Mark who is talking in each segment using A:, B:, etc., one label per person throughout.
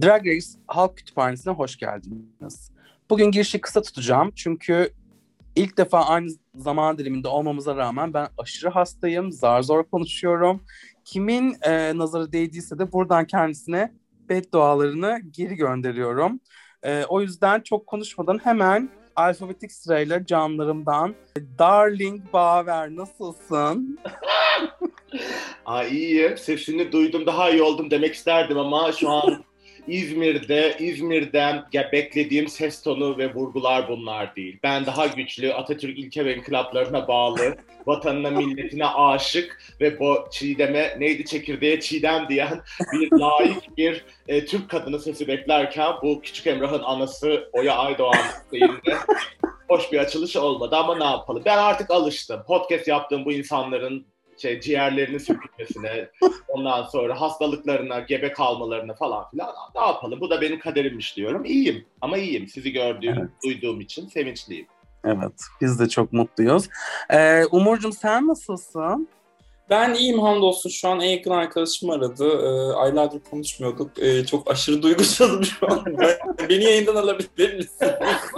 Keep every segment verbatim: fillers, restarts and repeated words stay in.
A: Drag Race Halk Kütüphanesi'ne hoş geldiniz. Bugün girişi kısa tutacağım çünkü ilk defa aynı zaman diliminde olmamıza rağmen ben aşırı hastayım, zar zor konuşuyorum. Kimin e, nazarı değdiyse de buradan kendisine beddualarını geri gönderiyorum. E, o yüzden çok konuşmadan hemen alfabetik sırayla canlarımdan Darling Baver, nasılsın?
B: Aa, iyiyim. Sesini duydum, daha iyi oldum demek isterdim ama şu an İzmir'de, İzmir'den beklediğim ses tonu ve vurgular bunlar değil. Ben daha güçlü, Atatürk ilke ve inkılaplarına bağlı, vatanına, milletine aşık ve bu Çiğdem'e, neydi çekirdeğe Çiğdem diyen bir layık bir e, Türk kadını sesi beklerken bu Küçük Emrah'ın anası Oya Aydoğan seyirde hoş bir açılış olmadı ama ne yapalım. Ben artık alıştım. Podcast yaptığım bu insanların şey ciğerlerinin sökülmesine, ondan sonra hastalıklarına, gebe kalmalarına falan filan ne yapalım? Bu da benim kaderimmiş diyorum. İyiyim ama iyiyim. Sizi gördüğüm, evet. Duyduğum için sevinçliyim.
A: Evet, biz de çok mutluyuz. Ee, Umurcuğum sen nasılsın?
C: Ben iyiyim hamdolsun. Şu an en yakın arkadaşım aradı. Ee, aylardır konuşmuyorduk. Ee, çok aşırı duygusalım şu an. Beni yayından alabilir misin?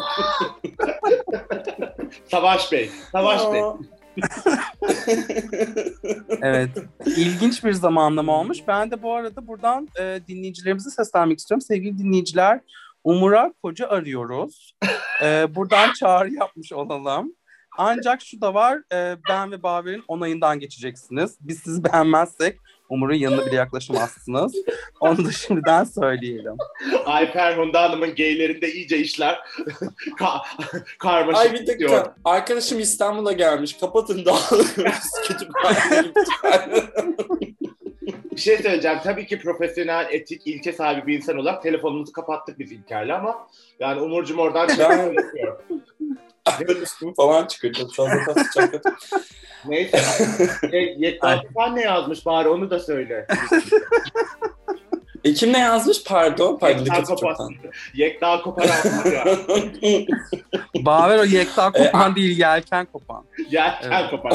B: Savaş Bey, Savaş Bey.
A: Evet, ilginç bir zamanlama olmuş. Ben de bu arada buradan e, dinleyicilerimize seslenmek istiyorum. Sevgili dinleyiciler, Umur'a koca arıyoruz. E, buradan çağrı yapmış olalım. Ancak şu da var, e, ben ve Baver'in onayından geçeceksiniz. Biz sizi beğenmezsek Umur'un yanına bile yaklaşamazsınız. Onu da şimdiden söyleyelim.
B: Ayfer Hunda Hanım'ın geylerinde iyice işler Ka- karmaşık.
C: Ay bir dakika. Diyor. Arkadaşım İstanbul'a gelmiş. Kapatın dağılıyoruz. Kütüphane.
B: Bir şey söyleyeceğim. Tabii ki profesyonel, etik, ilke sahibi bir insan olarak telefonumuzu kapattık biz İlker'le ama yani Umurcuğum oradan çıkıyor.
C: Üstüm falan çıkıyor. Çok fazla sıcak.
B: Neyse. Yekta Kopan ne yazmış bari onu da söyle.
C: E kim ne yazmış? Pardon. Pardon.
B: Yekta Kopan. Yekta Kopan yazmış ya.
A: Baver o Yekta Kopan değil, Yelken Kopan.
B: Yelken evet. Kopan.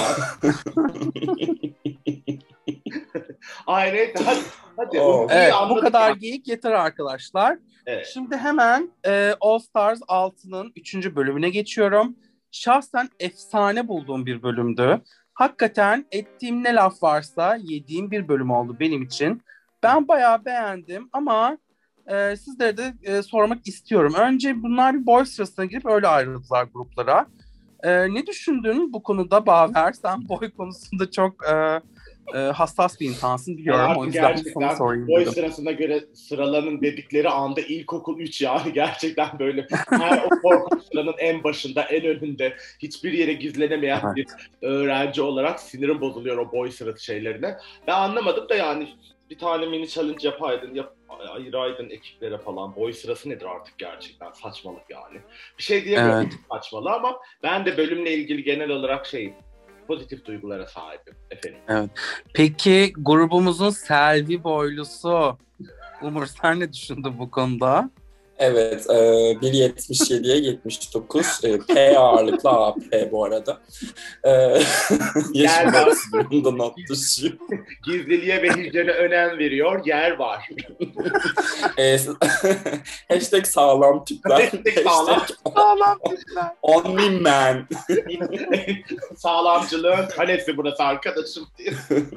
B: Ay neyse hadi. hadi.
A: Oh. Evet, bu kadar ya. Geyik yeter arkadaşlar. Evet. Şimdi hemen e, All Stars altı'nın üçüncü bölümüne geçiyorum. Şahsen efsane bulduğum bir bölümdü. Hakikaten ettiğim ne laf varsa yediğim bir bölüm oldu benim için. Ben bayağı beğendim ama e, sizlere de e, sormak istiyorum. Önce bunlar bir boy sırasına girip öyle ayrıldılar gruplara. E, ne düşündün bu konuda Baver? Sen boy konusunda çok... E, e, hassas bir insansın biliyorum.
B: Yani
A: o yüzden sana sorayım dedim.
B: Boy sırasına göre sıralarının dedikleri anda ilkokul üç yani gerçekten böyle her o korkunç sıranın en başında, en önünde hiçbir yere gizlenemeyen evet. bir öğrenci olarak sinirim bozuluyor o boy sırası şeylerine. Ben anlamadım da yani bir tane mini challenge yapaydın, yap, ayıraydın ekiplere falan. Boy sırası nedir artık gerçekten? Saçmalık yani. Bir şey diyemiyorum evet. Saçmalı ama ben de bölümle ilgili genel olarak şey pozitif duygulara sahibim efendim.
A: Evet. Peki grubumuzun Selvi boylusu Umur sen ne düşündün bu konuda?
C: Evet, e, bir yetmiş yediye yetmiş dokuz e, P ağırlıklı A P bu arada. E, yaşım durumda not düşüyor.
B: Gizliliğe ve hijyene önem veriyor, yer var.
C: e, hashtag sağlam tipler.
B: Hashtag sağlam.
A: Sağlam tipler.
C: Only man.
B: Sağlamcılığın kalesi burası arkadaşım diye.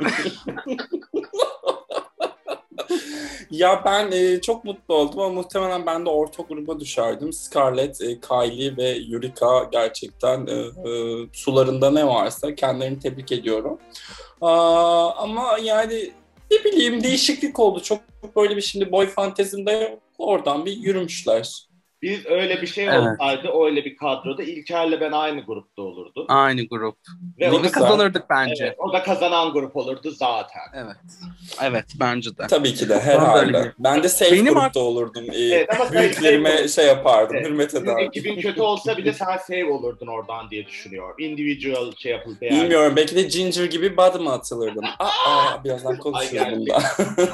C: Ya ben e, çok mutlu oldum ama muhtemelen ben de orta gruba düşerdim. Scarlett, e, Kylie ve Eureka gerçekten e, e, sularında ne varsa kendilerini tebrik ediyorum. Aa, ama yani ne bileyim değişiklik oldu. Çok böyle bir şimdi boy fantezimde yok. Oradan bir yürümüşler.
B: Biz öyle bir şey evet. olsaydı, öyle bir kadroda İlker'le ben aynı grupta olurdum.
A: Aynı grup.
B: Ve
A: o da kazanırdık bence.
B: Evet, o da kazanan grup olurdu zaten.
A: Evet. Evet bence de.
C: Tabii ki de herhalde. Ben de safe Benim grupta ar- olurdum. Evet, ama büyüklerime şey yapardım, evet. hürmet ederdim.
B: Ekibin kötü olsa bile sen safe olurdun oradan diye düşünüyorum. Individual şey yapıldı
C: yani. Bilmiyorum. Belki de Ginger gibi body'ma atılırdım. Aa, birazdan konuşuruz bunda.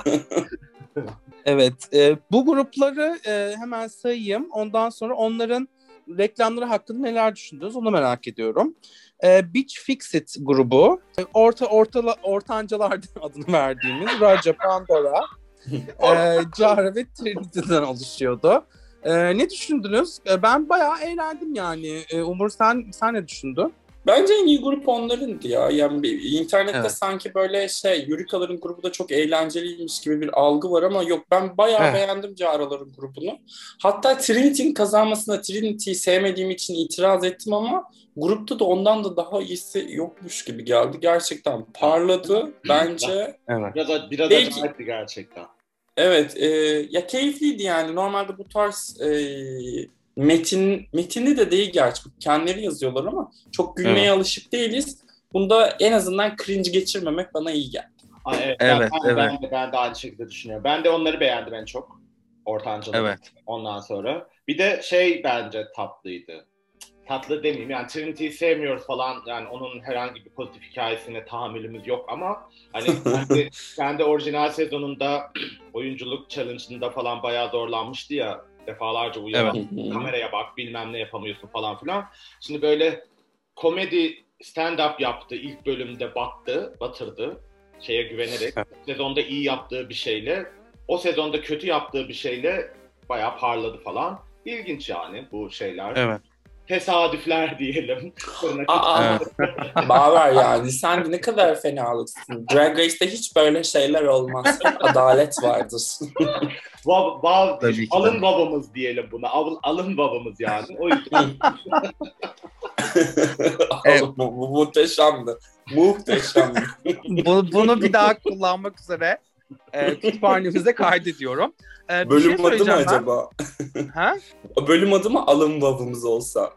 A: Evet, e, bu grupları e, hemen sayayım. Ondan sonra onların reklamları hakkında neler düşündünüz onu merak ediyorum. E, Beach Fix-It grubu, orta orta ortancalardan adını verdiğimiz Raja, Pandora, e, Cara ve Trinity'den oluşuyordu. E, ne düşündünüz? E, ben bayağı eğlendim yani. E, Umur sen sen ne düşündün?
C: Bence en iyi grup onlarındı ya. Yani bir, internette
A: Evet.
C: sanki böyle şey, Eurekaların grubu da çok eğlenceliymiş gibi bir algı var ama yok, ben bayağı
A: Evet.
C: beğendim Cara'ların grubunu. Hatta Trinity'nin kazanmasına Trinity'yi sevmediğim için itiraz ettim ama grupta da ondan da daha iyisi yokmuş gibi geldi. Gerçekten parladı bence.
A: Evet.
B: Biraz, biraz
C: Belki-
B: acayipti gerçekten.
C: Evet, e, ya keyifliydi yani. Normalde bu tarz e, metin metini de değil gerçi. Kendileri yazıyorlar ama çok gülmeye
A: Evet.
C: alışık değiliz. Bunda en azından cringe geçirmemek bana iyi geldi.
B: Aa, evet,
A: Evet,
B: ben,
A: evet.
B: Ben, de, ben de aynı şekilde düşünüyorum. Ben de onları beğendim en çok. Ortancaları.
A: Evet.
B: Ondan sonra. Bir de şey bence tatlıydı. Tatlı demeyeyim yani Trinity'yi sevmiyoruz falan, yani onun herhangi bir pozitif hikayesine tahammülümüz yok ama hani kendi, kendi orijinal sezonunda oyunculuk challenge'ında falan bayağı zorlanmıştı ya, defalarca uyaran
A: Evet.
B: kameraya bak bilmem ne yapamıyorsun falan filan. Şimdi böyle komedi stand-up yaptı ilk bölümde, battı, batırdı şeye güvenerek.
A: Evet.
B: Sezonda iyi yaptığı bir şeyle o sezonda kötü yaptığı bir şeyle bayağı parladı falan. İlginç yani bu şeyler.
A: Evet.
B: Tesadüfler diyelim.
C: Aa, Baver yani sen ne kadar fenalıksın. Drag Race'te hiç böyle şeyler olmaz. Hep adalet vardır.
B: Vav, vav,
A: Tabii ki de.
B: alın babamız diyelim buna. Alın, alın babamız yani. O yüzden
A: Evet.
C: bu, bu muhteşemdi. Muhteşemdi.
A: Bu, bunu bir daha kullanmak üzere e, kütüphanemize kaydediyorum. E, bir
C: Bölüm
A: şey
C: adı mı
A: söyleyeceğim ben.
C: acaba?
A: Ha?
C: Bölüm adı mı alın babamız olsa?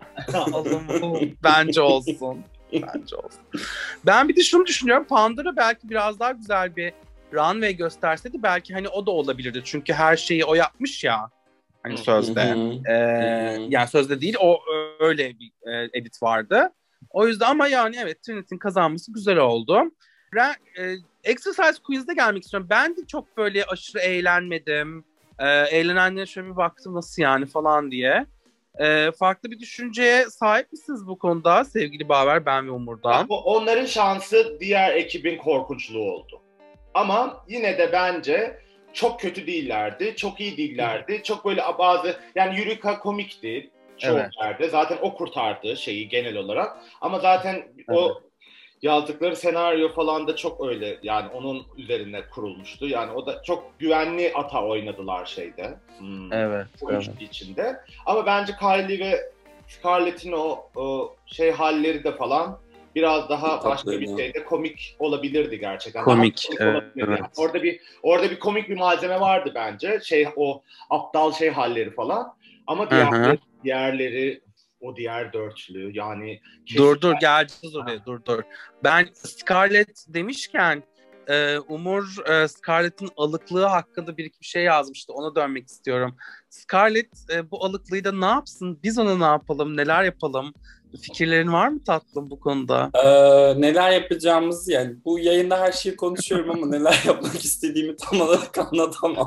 A: Alın, bence olsun. Bence olsun. Ben bir de şunu düşünüyorum. Pandora belki biraz daha güzel bir runway gösterseydi belki hani o da olabilirdi. Çünkü her şeyi o yapmış ya. Hani sözde. ee, yani sözde değil, o öyle bir e, edit vardı. O yüzden ama yani evet, Trinity'nin kazanması güzel oldu. Ben e, Exercise Quiz'de gelmek istiyorum. Ben de çok böyle aşırı eğlenmedim. E, eğlenenlere şöyle bir baktım nasıl yani falan diye. E, farklı bir düşünceye sahip misiniz bu konuda sevgili Baver, ben ve Umur'dan?
B: onların şansı diğer ekibin korkunçluğu oldu. Ama yine de bence çok kötü değillerdi, çok iyi değillerdi. Çok böyle bazı, yani Eureka komikti çoğu
A: Evet.
B: yerde. Zaten o kurtardı şeyi genel olarak. Ama zaten evet. O yazdıkları senaryo falan da çok öyle, yani onun üzerine kurulmuştu. Yani o da çok güvenli ata oynadılar şeyde. Hmm.
A: Evet.
B: O
A: evet.
B: içinde. Ama bence Kylie ve Scarlett'in o, o şey halleri de falan biraz daha
C: Tatlı
B: başka bir
C: ya.
B: şeyde komik olabilirdi gerçekten.
A: Komik,
B: komik
A: evet.
B: olabilirdi. Yani orada bir orada bir komik bir malzeme vardı bence. Şey, o aptal şey halleri falan. Ama diğerleri, diğerleri o diğer dörtlü yani kesin...
A: Dur dur geleceğiz oraya, dur dur. Ben Scarlett demişken e, Umur e, Scarlett'in alıklığı hakkında bir iki bir şey yazmıştı. Ona dönmek istiyorum. Scarlett e, bu alıklıyı da ne yapsın? Biz ona ne yapalım? Neler yapalım? Fikirlerin var mı tatlım bu konuda?
C: Ee, neler yapacağımızı, yani bu yayında her şeyi konuşuyorum ama neler yapmak istediğimi tam olarak anlatamam.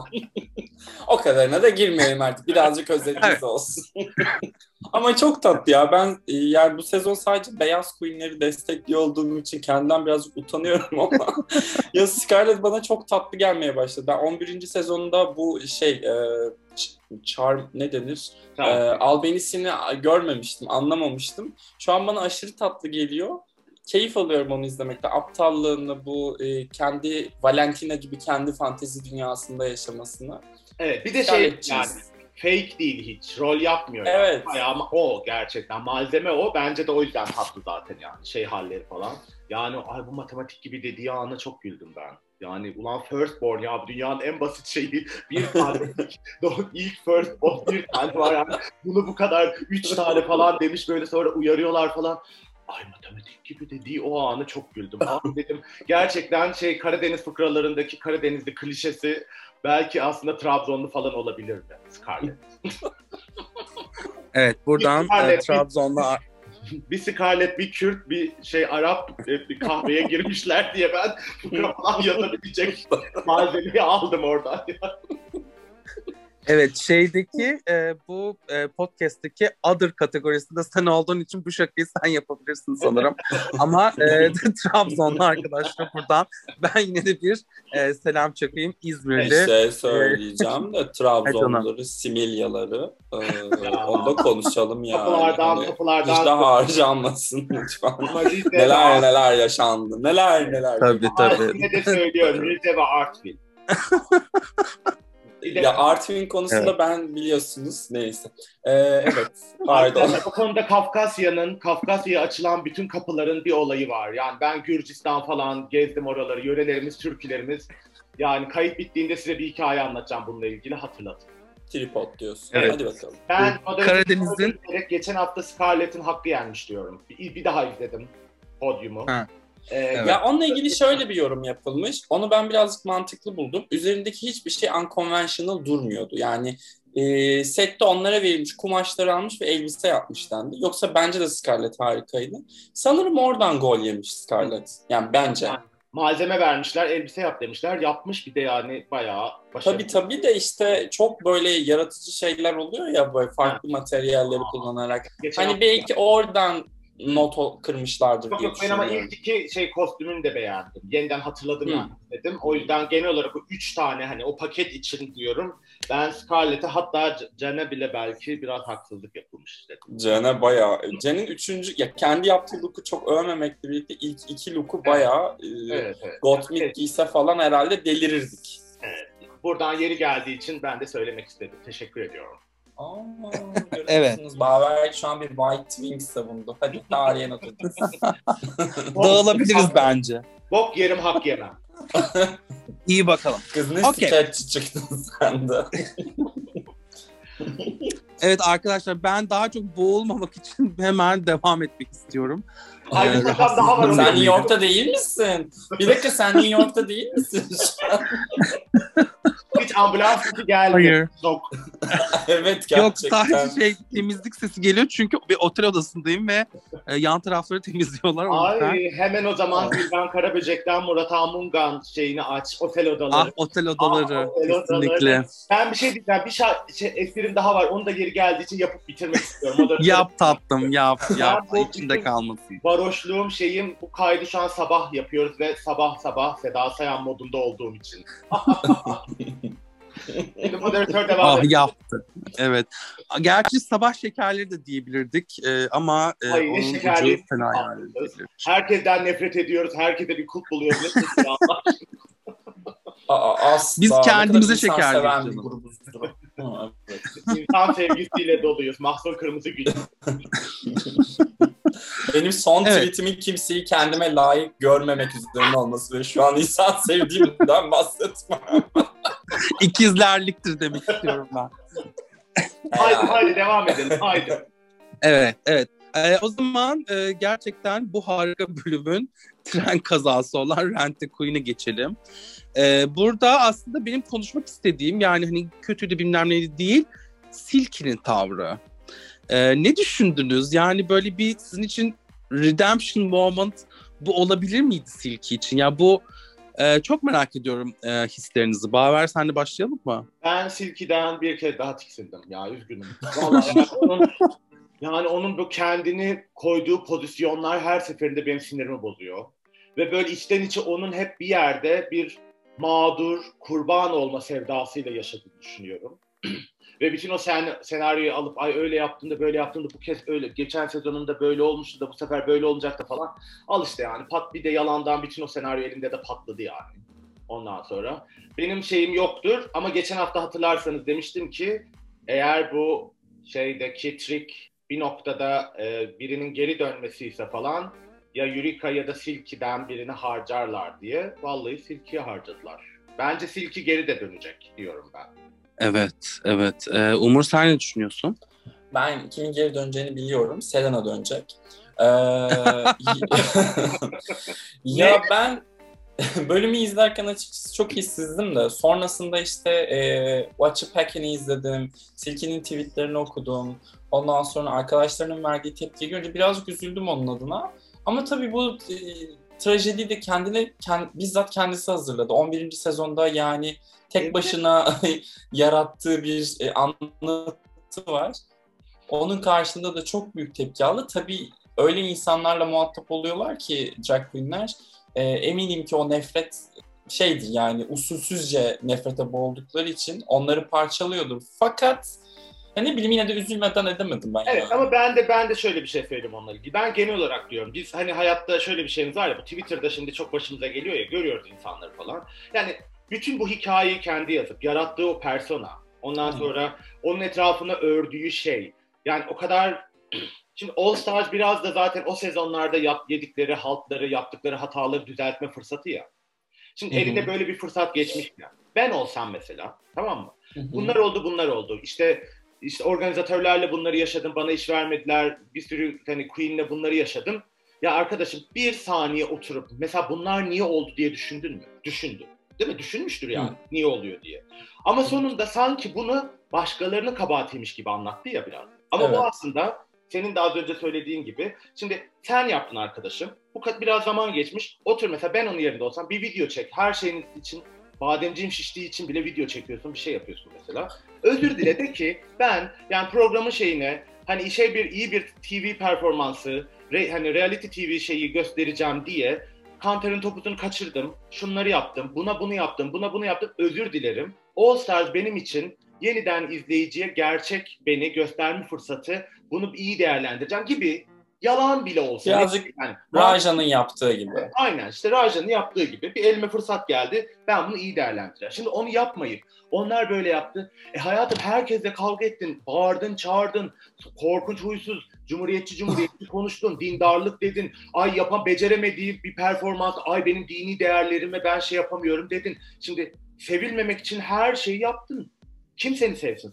C: O kadarına da girmeyelim artık. Birazcık özetimiz
A: Evet.
C: olsun. Ama çok tatlı ya. Ben yani bu sezon sadece beyaz queenleri destekliyor olduğum için kendimden birazcık utanıyorum ama ya Scarlett bana çok tatlı gelmeye başladı. Ben on birinci sezonunda bu şey e, charm ne denir?
B: Tamam.
C: E, albenisini görmemiştim, anlamamıştım. Şu an bana aşırı tatlı geliyor. Keyif alıyorum onu izlemekten. Aptallığını, bu e, kendi Valentina gibi kendi fantezi dünyasında yaşamasını.
B: Evet, bir de şey yani fake değil hiç. Rol yapmıyor.
C: Evet.
B: Yani. Ama o gerçekten malzeme o. Bence de o yüzden tatlı zaten yani. Şey halleri falan. Yani ay bu matematik gibi dediği ana çok güldüm ben. Yani ulan firstborn ya, dünyanın en basit şeyi. Bir tane ilk firstborn bir tane var yani. Bunu bu kadar üç tane falan demiş, böyle sonra uyarıyorlar falan. Ay matematik gibi dediği o anı çok güldüm. Abi dedim gerçekten şey, Karadeniz fıkralarındaki Karadenizli klişesi belki aslında Trabzonlu falan olabilirdi Scarlett.
A: Evet, buradan
B: Scarlett,
A: e, Trabzon'da
B: bir Scarlett, bir Kürt, bir şey Arap bir kahveye girmişler diye ben fıkra falan yazabilecek malzemeyi aldım oradan.
A: Evet, şeydeki e, bu e, podcast'teki other kategorisinde sen olduğun için bu şakayı sen yapabilirsin sanırım. Ama e, Trabzonlu arkadaşlar buradan ben yine de bir e, selam çakayım. İzmirli.
C: Bir şey söyleyeceğim de Trabzonluları, Similyaları e, onu da konuşalım yani.
B: Kapılardan,
C: hani,
B: kapılardan.
C: Hiç daha harcamasın lütfen. neler neler yaşandı. Neler neler.
A: Tabii tabii.
B: Yine de söylüyorum. Rize ve Artvin.
C: Ya Artvin konusunda evet. Ben biliyorsunuz neyse. Ee, evet.
B: Pardon. Bu konuda Kafkasya'nın, Kafkasya'ya açılan bütün kapıların bir olayı var. Yani ben Gürcistan falan gezdim oraları, yörelerimiz, türkülerimiz. Yani kayıt bittiğinde size bir hikaye anlatacağım bununla ilgili, hatırlatın.
C: Tripod diyorsun.
A: Evet.
C: Hadi bakalım.
B: Ben
A: Karadeniz'in
B: geçen hafta Scarlett'in hakkı yenmiş diyorum. Bir, bir daha izledim podyumu.
A: Ha.
C: Ee, evet. Ya onunla ilgili şöyle bir yorum yapılmış. Onu ben birazcık mantıklı buldum. Üzerindeki hiçbir şey unconventional durmuyordu. Yani e, sette onlara verilmiş kumaşları almış ve elbise yapmış dendi. Yoksa bence de Scarlett harikaydı. Sanırım oradan gol yemiş Scarlett. Yani bence. Yani,
B: malzeme vermişler, elbise yap demişler. Yapmış bir de yani bayağı başarılı.
C: Tabii tabii de işte çok böyle yaratıcı şeyler oluyor ya böyle farklı ha. materyalleri Aa, kullanarak. Hani belki ya. oradan not kırmışlardır
B: çok
C: diye
B: yok, ben ama ilk iki şey kostümünü de beğendim. Yeniden hatırladım yani dedim. O yüzden genel olarak o üç tane hani o paket için diyorum. Ben Scarlett'e hatta Jen'e bile belki biraz haksızlık yapılmış dedim.
C: Jen'e bayağı. Jen'in üçüncü ya kendi yaptığı look'u çok övmemekle birlikte ilk iki look'u bayağı evet, evet. Gottmik evet. giyse falan herhalde delirirdik.
B: Evet. Buradan yeri geldiği için ben de söylemek istedim. Teşekkür ediyorum.
C: Aa, evet. Baver şu an bir White Wings savundu. Hadi tarihe not edin.
A: Dağılabiliriz bence.
B: Bok yerim, hak yemem.
A: İyi bakalım.
C: Kız ne okay. Sketch'i çıktın sen de.
A: Evet arkadaşlar, ben daha çok boğulmamak için hemen devam etmek istiyorum.
B: Ay, ee, daha var.
C: Sen New York'ta değil misin? Bir dakika, sen New York'ta değil misin?
B: Hiç ambulans sesi geldi.
A: Hayır.
B: Yok.
C: Evet gerçekten.
A: Yok, sadece şey, temizlik sesi geliyor çünkü bir otel odasındayım ve e, yan tarafları temizliyorlar.
B: Ay hemen o zaman Gülben Karaböcek'ten Murat Amungan şeyini aç. Otel odaları.
A: Ah otel odaları. Ah, otel kesinlikle.
B: Odaları. Ben bir şey diyeceğim. Bir şey, şey esprim daha var. Onu da yeri geldiği için yapıp bitirmek istiyorum.
A: Yap tatlım yap yap. İçinde kalmasın.
B: Varoşluğum şeyim, bu kaydı şu an sabah yapıyoruz ve sabah sabah Seda Sayan modunda olduğum için. Şimdi moderatör devam
A: ah, yaptı. Evet. Gerçi sabah şekerleri de diyebilirdik ee, ama e,
B: Hayır,
A: onun ucu fena yani.
B: Herkesten nefret ediyoruz. Herkese bir kulp buluyoruz.
C: Aa, asla.
A: Biz kendimize şeker diyoruz.
B: Evet. İnsan sevgisiyle doluyuz. Mahsun Kırmızıgül.
C: Benim son evet. tweetimin kimseyi kendime layık görmemek üzerine olması ve şu an insan sevdiğimden bahsetmem.
A: İkizlerliktir demek istiyorum ben.
B: Haydi haydi devam edelim. Haydi.
A: Evet, evet. Ee, o zaman e, gerçekten bu harika bölümün tren kazası olan Rent a Queen'e geçelim. Ee, burada aslında benim konuşmak istediğim, yani hani kötüydü bilmem neydi değil, Silky'nin tavrı. Ee, ne düşündünüz? Yani böyle bir sizin için redemption moment bu olabilir miydi Silky için? Ya yani bu e, çok merak ediyorum e, hislerinizi. Baver, senle başlayalım mı?
B: Ben Silky'den bir kez daha tiksindim. Ya üzgünüm. Vallahi yani onun, yani onun bu kendini koyduğu pozisyonlar her seferinde benim sinirimi bozuyor. Ve böyle içten içe onun hep bir yerde bir mağdur, kurban olma sevdasıyla yaşadığını düşünüyorum. Ve bütün o sen, senaryoyu alıp ay öyle yaptığında böyle yaptığında bu kez öyle, geçen sezonunda böyle olmuştu da bu sefer böyle olacak da falan. Al işte yani pat bir de yalandan bütün o senaryo elinde de patladı yani. Ondan sonra benim şeyim yoktur ama geçen hafta hatırlarsanız demiştim ki eğer bu şeydeki trick bir noktada e, birinin geri dönmesiyse falan ya Eureka ya da Silky'den birini harcarlar diye. Vallahi Silky'ye harcadılar. Bence Silky geri de dönecek diyorum ben.
A: Evet, evet. Ee, Umur, sen ne düşünüyorsun?
C: Ben kimin geri döneceğini biliyorum. Selena dönecek. Ee, ya ben bölümü izlerken açıkçası çok hissizdim de sonrasında işte e, Watch It Back'ini izledim. Silky'nin tweetlerini okudum. Ondan sonra arkadaşlarının verdiği tepkiyi görünce birazcık üzüldüm onun adına. Ama tabii bu e, trajediyi de kendine kend, bizzat kendisi hazırladı. on birinci sezonda yani tek başına yarattığı bir e, anlatı var. Onun karşısında da çok büyük tepki aldı. Tabii öyle insanlarla muhatap oluyorlar ki drag queenler, e, eminim ki o nefret şeydi, yani usulsüzce nefrete boğuldukları için onları parçalıyordur. Fakat ne bileyim, yine de üzülmeden edemedim ben.
B: Evet
C: yani.
B: Ama ben de ben de şöyle bir şey söyleyeyim onunla ilgili. Ben genel olarak diyorum. Biz hani hayatta şöyle bir şeyimiz var ya, bu Twitter'da şimdi çok başımıza geliyor ya, görüyoruz insanları falan. Yani bütün bu hikayeyi kendi yazıp yarattığı o persona, ondan hmm. sonra onun etrafına ördüğü şey. Yani o kadar. Şimdi All Stars biraz da zaten o sezonlarda yap, yedikleri haltları, yaptıkları hataları düzeltme fırsatı ya. Şimdi Hı-hı. eline böyle bir fırsat geçmiş ya. Ben olsam mesela, tamam mı? Hı-hı. Bunlar oldu, bunlar oldu. İşte işte organizatörlerle bunları yaşadım, bana iş vermediler. Bir sürü hani Queen'le bunları yaşadım. Ya arkadaşım, bir saniye oturup mesela bunlar niye oldu diye düşündün mü? Düşündüm. Değil mi? Düşünmüştür yani. Hı. Niye oluyor diye. Ama sonunda sanki bunu başkalarının kabahatiymiş gibi anlattı ya biraz. Ama evet. Bu aslında senin de az önce söylediğin gibi. Şimdi sen yaptın arkadaşım. Bu kadar biraz zaman geçmiş. Otur mesela, ben onun yerinde olsam bir video çek. Her şeyin için, bademciğim şiştiği için bile video çekiyorsun, bir şey yapıyorsun mesela. Özür dile de ki ben yani programın şeyine, hani işe bir iyi bir T V performansı, re, hani reality T V şeyi göstereceğim diye Kanter'in topuzunu kaçırdım. Şunları yaptım, buna bunu yaptım, buna bunu yaptım. Özür dilerim. All Stars benim için yeniden izleyiciye gerçek beni gösterme fırsatı, bunu iyi değerlendireceğim gibi yalan bile olsa.
C: Birazcık yani, Raja'nın yaptığı gibi.
B: Aynen işte Raja'nın yaptığı gibi bir elime fırsat geldi, ben bunu iyi değerlendireceğim. Şimdi onu yapmayıp onlar böyle yaptı. E hayatım, herkesle kavga ettin, bağırdın, çağırdın, korkunç huysuz, cumhuriyetçi cumhuriyetçi konuştun, dindarlık dedin, ay yapan beceremediği bir performans, ay benim dini değerlerime ben şey yapamıyorum dedin. Şimdi sevilmemek için her şeyi yaptın. Kim seni sevsin?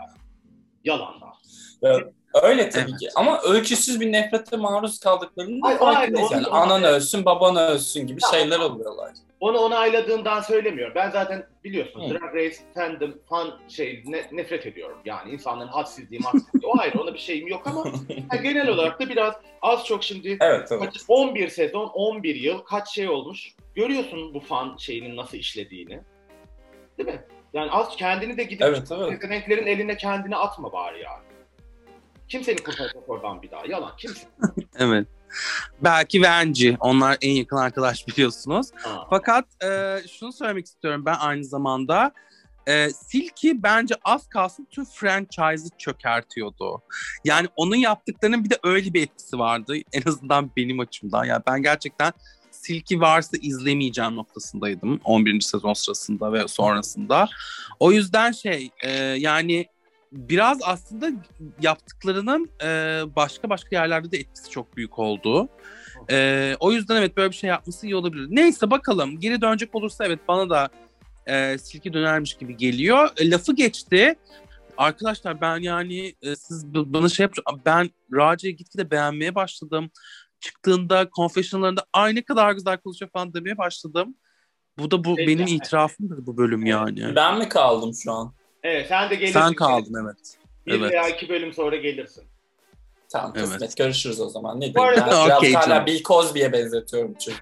B: Yalanlar.
C: Evet. Öyle tabii evet. ki. Ama ölçüsüz bir nefrete maruz kaldıklarının da farkındayız. Yani anan ölsün, baban ölsün gibi tamam. şeyler oluyorlar.
B: Onu onayladığımdan söylemiyorum. Ben zaten biliyorsun Hı. Drag Race fandom, fan şey ne, nefret ediyorum. Yani insanların hadsizliği, hadsizliği. O ayrı, ona bir şeyim yok ama yani genel olarak da biraz az çok şimdi
C: evet, evet.
B: on bir sezon, on bir yıl kaç şey olmuş. Görüyorsun bu fan şeyinin nasıl işlediğini. Değil mi? Yani az kendini de gidip
C: evet, evet.
B: yeteneklerin eline kendini atma bari yani. Kim seni kurtaracak oradan bir daha? Yalan. Kimsin?
A: Evet. Belki Venci. Onlar en yakın arkadaş biliyorsunuz. Aa. Fakat e, şunu söylemek istiyorum ben aynı zamanda. E, Silky bence az kalsın tüm franchise'ı çökertiyordu. Yani onun yaptıklarının bir de öyle bir etkisi vardı. En azından benim açımdan. Yani ben gerçekten Silky varsa izlemeyeceğim noktasındaydım. on birinci sezon sırasında ve sonrasında. O yüzden şey e, yani biraz aslında yaptıklarının e, başka başka yerlerde de etkisi çok büyük oldu. E, o yüzden evet böyle bir şey yapması iyi olabilir. Neyse bakalım, geri dönecek olursa evet bana da e, Silky dönermiş gibi geliyor. E, lafı geçti. Arkadaşlar ben yani e, siz bana şey yapın, ben Raja'yı gitgide beğenmeye başladım. Çıktığında confessionlarında ay ne kadar güzel konuşuyor falan demeye başladım. Bu da bu Peki, benim itirafımdır bu bölüm evet. yani.
C: Ben mi kaldım şu an?
B: Evet, sen de gelirsin.
A: Sen kaldın evet.
B: Bir
A: evet.
B: veya iki bölüm sonra gelirsin.
C: Tamam kısmet evet. görüşürüz o zaman. Ne diyeyim? Ben biraz okay, hala Bill Cosby'ye benzetiyorum çünkü.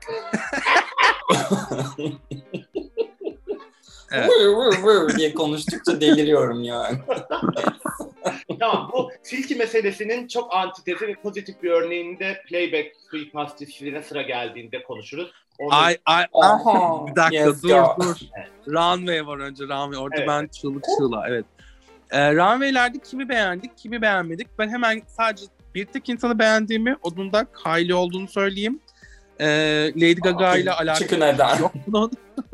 C: evet. vır vır vır diye konuştukça deliriyorum yani.
B: Tamam, bu Silky meselesinin çok antitezi ve pozitif bir örneğini de Playback suikastçisine sıra geldiğinde konuşuruz.
A: Onu... Ay ay
C: Aha,
A: bir dakika
C: yes,
A: dur
C: ya.
A: dur. Evet. Runway var önce, Runway. Orada
B: evet.
A: ben çığlık çığlığa evet. Ee, Runway'lerde kimi beğendik, kimi beğenmedik. Ben hemen sadece bir tek insanı beğendiğimi, onun da Kylie olduğunu söyleyeyim. Ee, Lady Gaga ile alakalı yok bunun.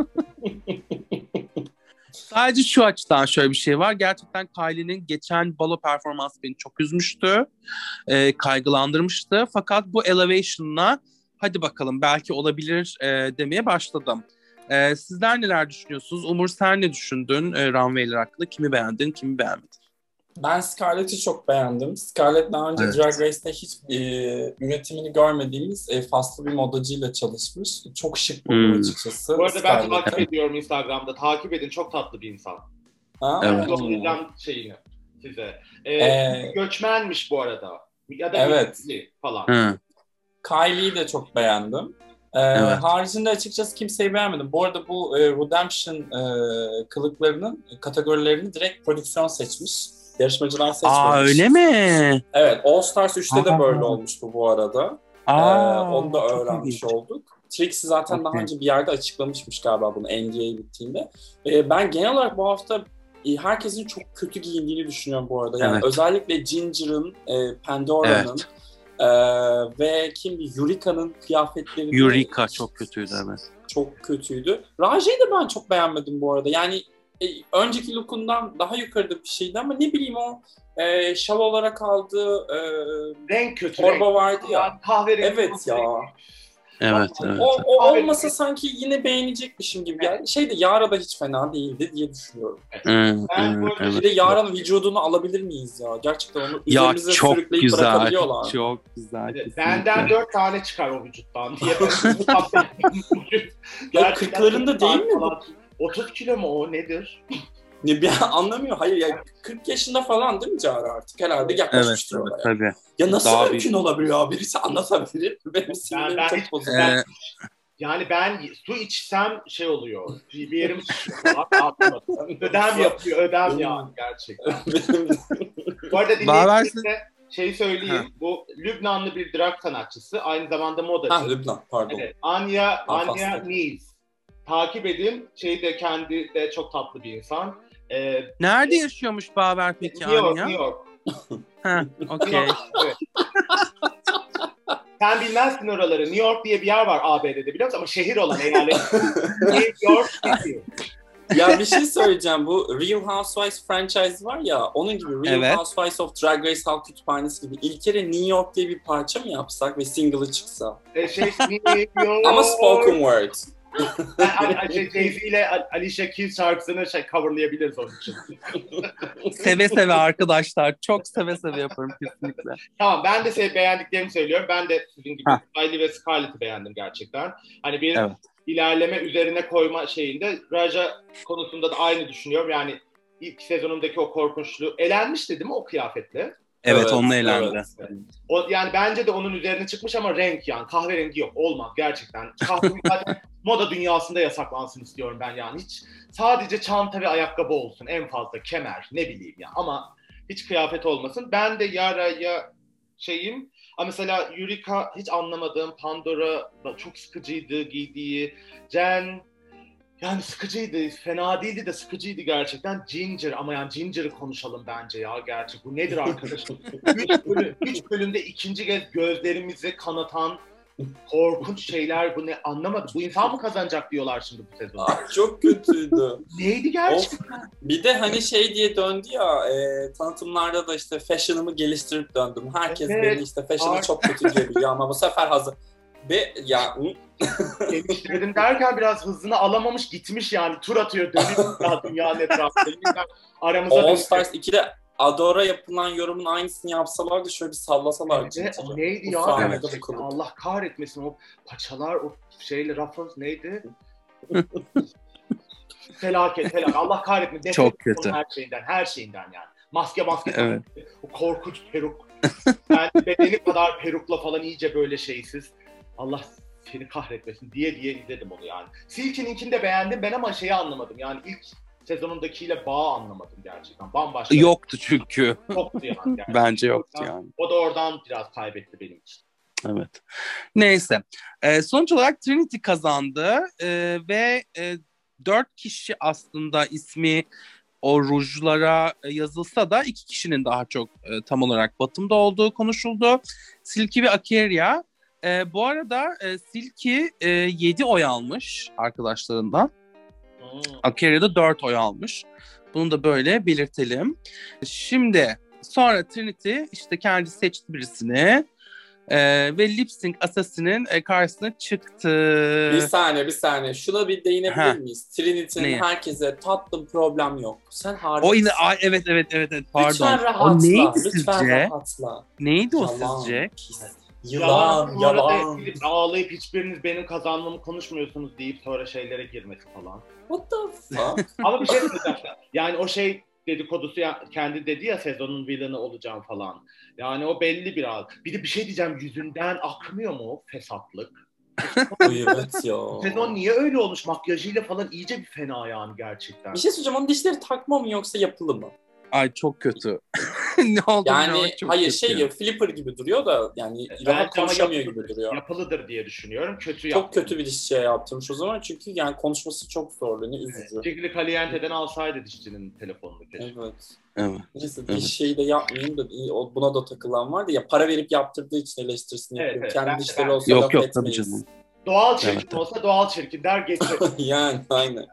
A: Sadece şu açıdan şöyle bir şey var. Gerçekten Kylie'nin geçen balo performansı beni çok üzmüştü. Ee, kaygılandırmıştı. Fakat bu Elevation'la hadi bakalım belki olabilir e, demeye başladım. E, sizler neler düşünüyorsunuz? Umur sen ne düşündün e, Runway'ler hakkında? Kimi beğendin, kimi beğenmedin?
C: Ben Scarlett'i çok beğendim. Scarlett daha önce evet. Drag Race'te hiç e, üretimini görmediğimiz e, faslı bir modacıyla çalışmış. Çok şık buldum hmm. açıkçası.
B: Bu arada ben takip ediyorum Instagram'da. Takip edin. Çok tatlı bir insan.
C: Ha?
B: Evet. Yollayacağım şeyini size. E, ee, göçmenmiş bu arada. Ya da
C: evet.
B: falan.
A: Hı.
C: Kylie'yi de çok beğendim. Ee, evet. Haricinde açıkçası kimseyi beğenmedim. Bu arada bu e, Redemption e, kılıklarının kategorilerini direkt prodüksiyon seçmiş. Yarışmacılar seçmemiş.
A: Aa öyle mi?
C: Evet. All Stars üçte Aa. de böyle olmuş bu bu arada.
A: Aa,
C: ee, onu da öğrenmiş olduk. Trixie zaten okay. daha önce bir yerde açıklamışmış galiba bunu N D A bittiğinde. Ee, ben genel olarak bu hafta herkesin çok kötü giyindiğini düşünüyorum bu arada. Yani evet. Özellikle Ginger'ın, e, Pandora'nın evet. e, ve kimdi? Yurika'nın kıyafetleri.
A: Yurika çok kötüydü evet.
C: Çok kötüydü. Raja'yı da ben çok beğenmedim bu arada. Yani e, önceki lookundan daha yukarıda bir şeydi ama ne bileyim o e, şal olarak aldığı e,
B: renk kötü.
C: Torba
B: renk.
C: vardı ya.
B: Kahverengi.
C: Evet ya.
A: Evet, evet.
C: O, o olmasa sanki yine beğenecekmişim gibi geldi. Şey de Yara da hiç fena değildi diye düşünüyorum.
A: Hmm,
C: ben
A: hmm,
C: evet. Bir de Yara'nın vücudunu alabilir miyiz ya? Gerçekten onu
A: ya
C: üzerimize sürükleyip
A: güzel,
C: bırakabiliyorlar.
A: Çok güzel.
B: Evet, benden dört tane çıkar o vücuttan diye.
C: Ya kırklarında değil mi bu?
B: otuz kilo mu o nedir?
C: Ne bir anlamıyor. Hayır ya kırk yaşında falan değil mi Cara artık? Herhalde yaklaşmıştır
A: evet,
C: oraya.
A: Evet,
C: ya nasıl
A: daha
C: mümkün bir... olabiliyor abi? Birisi anlatabilir. Benim
B: ben, ben çok bozuldu. Ee... Yani ben su içsem şey oluyor. Bir yerim şişiyor. ödem yapıyor. Ödem ya gerçekten. Bu arada dinleyicilerine şey söyleyeyim. Ha. Bu Lübnanlı bir drag sanatçısı. Aynı zamanda modacı.
C: Ha Lübnan pardon.
B: Evet, Anya, Anya Nees. Takip edin. Şey de kendi de çok tatlı bir insan. Ee,
A: Nerede yaşıyormuş Baver peki
B: New York,
A: Anya?
B: New York.
A: Ha, okey.
B: Evet. Sen bilmezsin oraları. New York diye bir yer var A B D'de biliyor musun? Ama şehir olan eyalet. New York City.
C: Ya bir şey söyleyeceğim. Bu Real Housewives franchise var ya, onun gibi Real evet. Housewives of Drag Race Halk Kütüphanesi gibi ilk kere New York diye bir parça mı yapsak ve single'ı çıksa?
B: E şey, New York.
C: Ama spoken word.
B: Jay-Z ile Alicia Keys şarkısını şey coverlayabiliriz onun için.
A: Seve seve arkadaşlar. Çok seve seve yaparım kesinlikle.
B: Tamam ben de sev beğendiklerimi söylüyorum. Ben de sizin gibi Kylie ve Scarlett'i beğendim gerçekten. Hani bir evet. ilerleme üzerine koyma şeyinde Raja konusunda da aynı düşünüyorum. Yani ilk sezonundaki o korkunçluğu elenmişti değil mi o kıyafetle?
A: Evet, evet onunla elendi.
B: Evet. O, yani bence de onun üzerine çıkmış ama renk yani kahverengi yok. Olmaz gerçekten. Kahverengi moda dünyasında yasaklansın istiyorum ben yani. Hiç sadece çanta ve ayakkabı olsun en fazla kemer ne bileyim ya ama hiç kıyafet olmasın. Ben de Yara'ya şeyim ama mesela Yurika hiç anlamadığım Pandora çok sıkıcıydı giydiği. Jen yani sıkıcıydı. Fena değildi de sıkıcıydı gerçekten. Ginger ama yani Ginger'ı konuşalım bence ya gerçek. Bu nedir arkadaşım? üç, bölüm, üç bölümde ikinci kez gözlerimizi kanatan korkunç şeyler bu ne anlamadım. Bu insan mı kazanacak diyorlar şimdi bu sezon.
C: Ah, çok kötüydü.
B: Neydi gerçekten?
C: Of. Bir de hani şey diye döndü ya e, tanıtımlarda da işte fashion'ımı geliştirip döndüm. Herkes evet. beni işte fashion'ı Ar- çok kötü diye biliyor ama bu sefer hazır. Ve ya
B: geliştirdim derken biraz hızını alamamış gitmiş yani tur atıyor dönüyor dünyanın etrafında. Aramıza
C: All Stars ikide Adora yapılan yorumun aynısını yapsalardı şöyle bir sallasalar.
B: Evet, neydi ya? Evet. Allah kahretmesin o paçalar, o şeyle Ruffles neydi? felaket, felaket. Allah kahretmesin.
A: Çok kötü.
B: Her şeyinden, her şeyinden yani. Maske maske.
A: Evet.
B: O korkunç peruk. Yani bedeni kadar perukla falan iyice böyle şeysiz. Allah seni kahretmesin diye diye izledim onu yani. Silky'ninkini de beğendim ben ama şeyi anlamadım. Yani ilk sezonundakiyle bağ anlamadım gerçekten. Bambaşka.
A: Yoktu çünkü.
B: Yoktu yani. Gerçekten.
A: Bence yoktu yani.
B: O da oradan biraz kaybetti benim için.
A: Evet. Neyse. Ee, sonuç olarak Trinity kazandı ee, ve e, dört kişi aslında ismi o rujlara yazılsa da iki kişinin daha çok e, tam olarak Bottom'da olduğu konuşuldu. Silky ve Akeria. E, bu arada e, Silky e, yedi oy almış arkadaşlarından. Hmm. Akeria da dört oy almış. Bunu da böyle belirtelim. Şimdi sonra Trinity işte kendi seçti birisini. Ee, ve Lip Sync Assassin'in e, karşısına çıktı.
C: Bir saniye bir saniye. Şuna bir değinebilir ha. miyiz? Trinity'nin herkese tatlım problem yok. Sen harikasın.
A: O yine a, evet evet evet evet pardon.
C: Lütfen rahatla.
A: O neydi
C: lütfen
A: sizce?
C: Rahatla.
A: Neydi
C: yalan,
A: o sizce?
B: Yılan, yalan. yalan. Ağlayıp hiçbiriniz benim kazanmamı konuşmuyorsunuz deyip sonra şeylere girmesi falan.
C: What the fuck?
B: Ama bir şey söyleyeceğim. Yani o şey dedikodusu ya, kendi dedi ya sezonun villainı olacağım falan. Yani o belli biraz. Bir de bir şey diyeceğim yüzünden akmıyor mu o fesatlık?
C: Evet ya.
B: Sezon niye öyle olmuş? Makyajıyla falan iyice bir fena yani gerçekten.
C: Bir şey söyleyeceğim, onun dişleri takma mı yoksa yapılı mı?
A: Ay çok kötü. Ne oldu
C: Yani
A: çok
C: hayır
A: kötü.
C: şey ya, flipper gibi duruyor da yani
B: Bence
C: rahat konuşamıyor
B: yapılıdır,
C: gibi duruyor.
B: Yapılıdır diye düşünüyorum. Kötü
C: Çok
B: yaptım.
C: kötü bir dişçiye yaptırmış o zaman çünkü yani konuşması çok zorlu, ne üzücü.
B: Cigli Caliente'den alsaydı dişçinin telefonunu keşke.
C: Evet.
A: Evet.
C: Neyse
A: Evet.
C: diş şeyi de yapmayayım da buna da takılan vardı ya, para verip yaptırdığı için eleştirisini
B: Evet,
C: yapıyor.
B: evet,
C: Kendi
B: ben-
C: dişleri
B: ben-
C: olsa
A: Yok
C: laf
A: yok
C: etmeyiz.
A: tabii canım.
B: Doğal çirkin
A: Evet.
B: olsa doğal çirkin der geçer.
C: Yani aynen.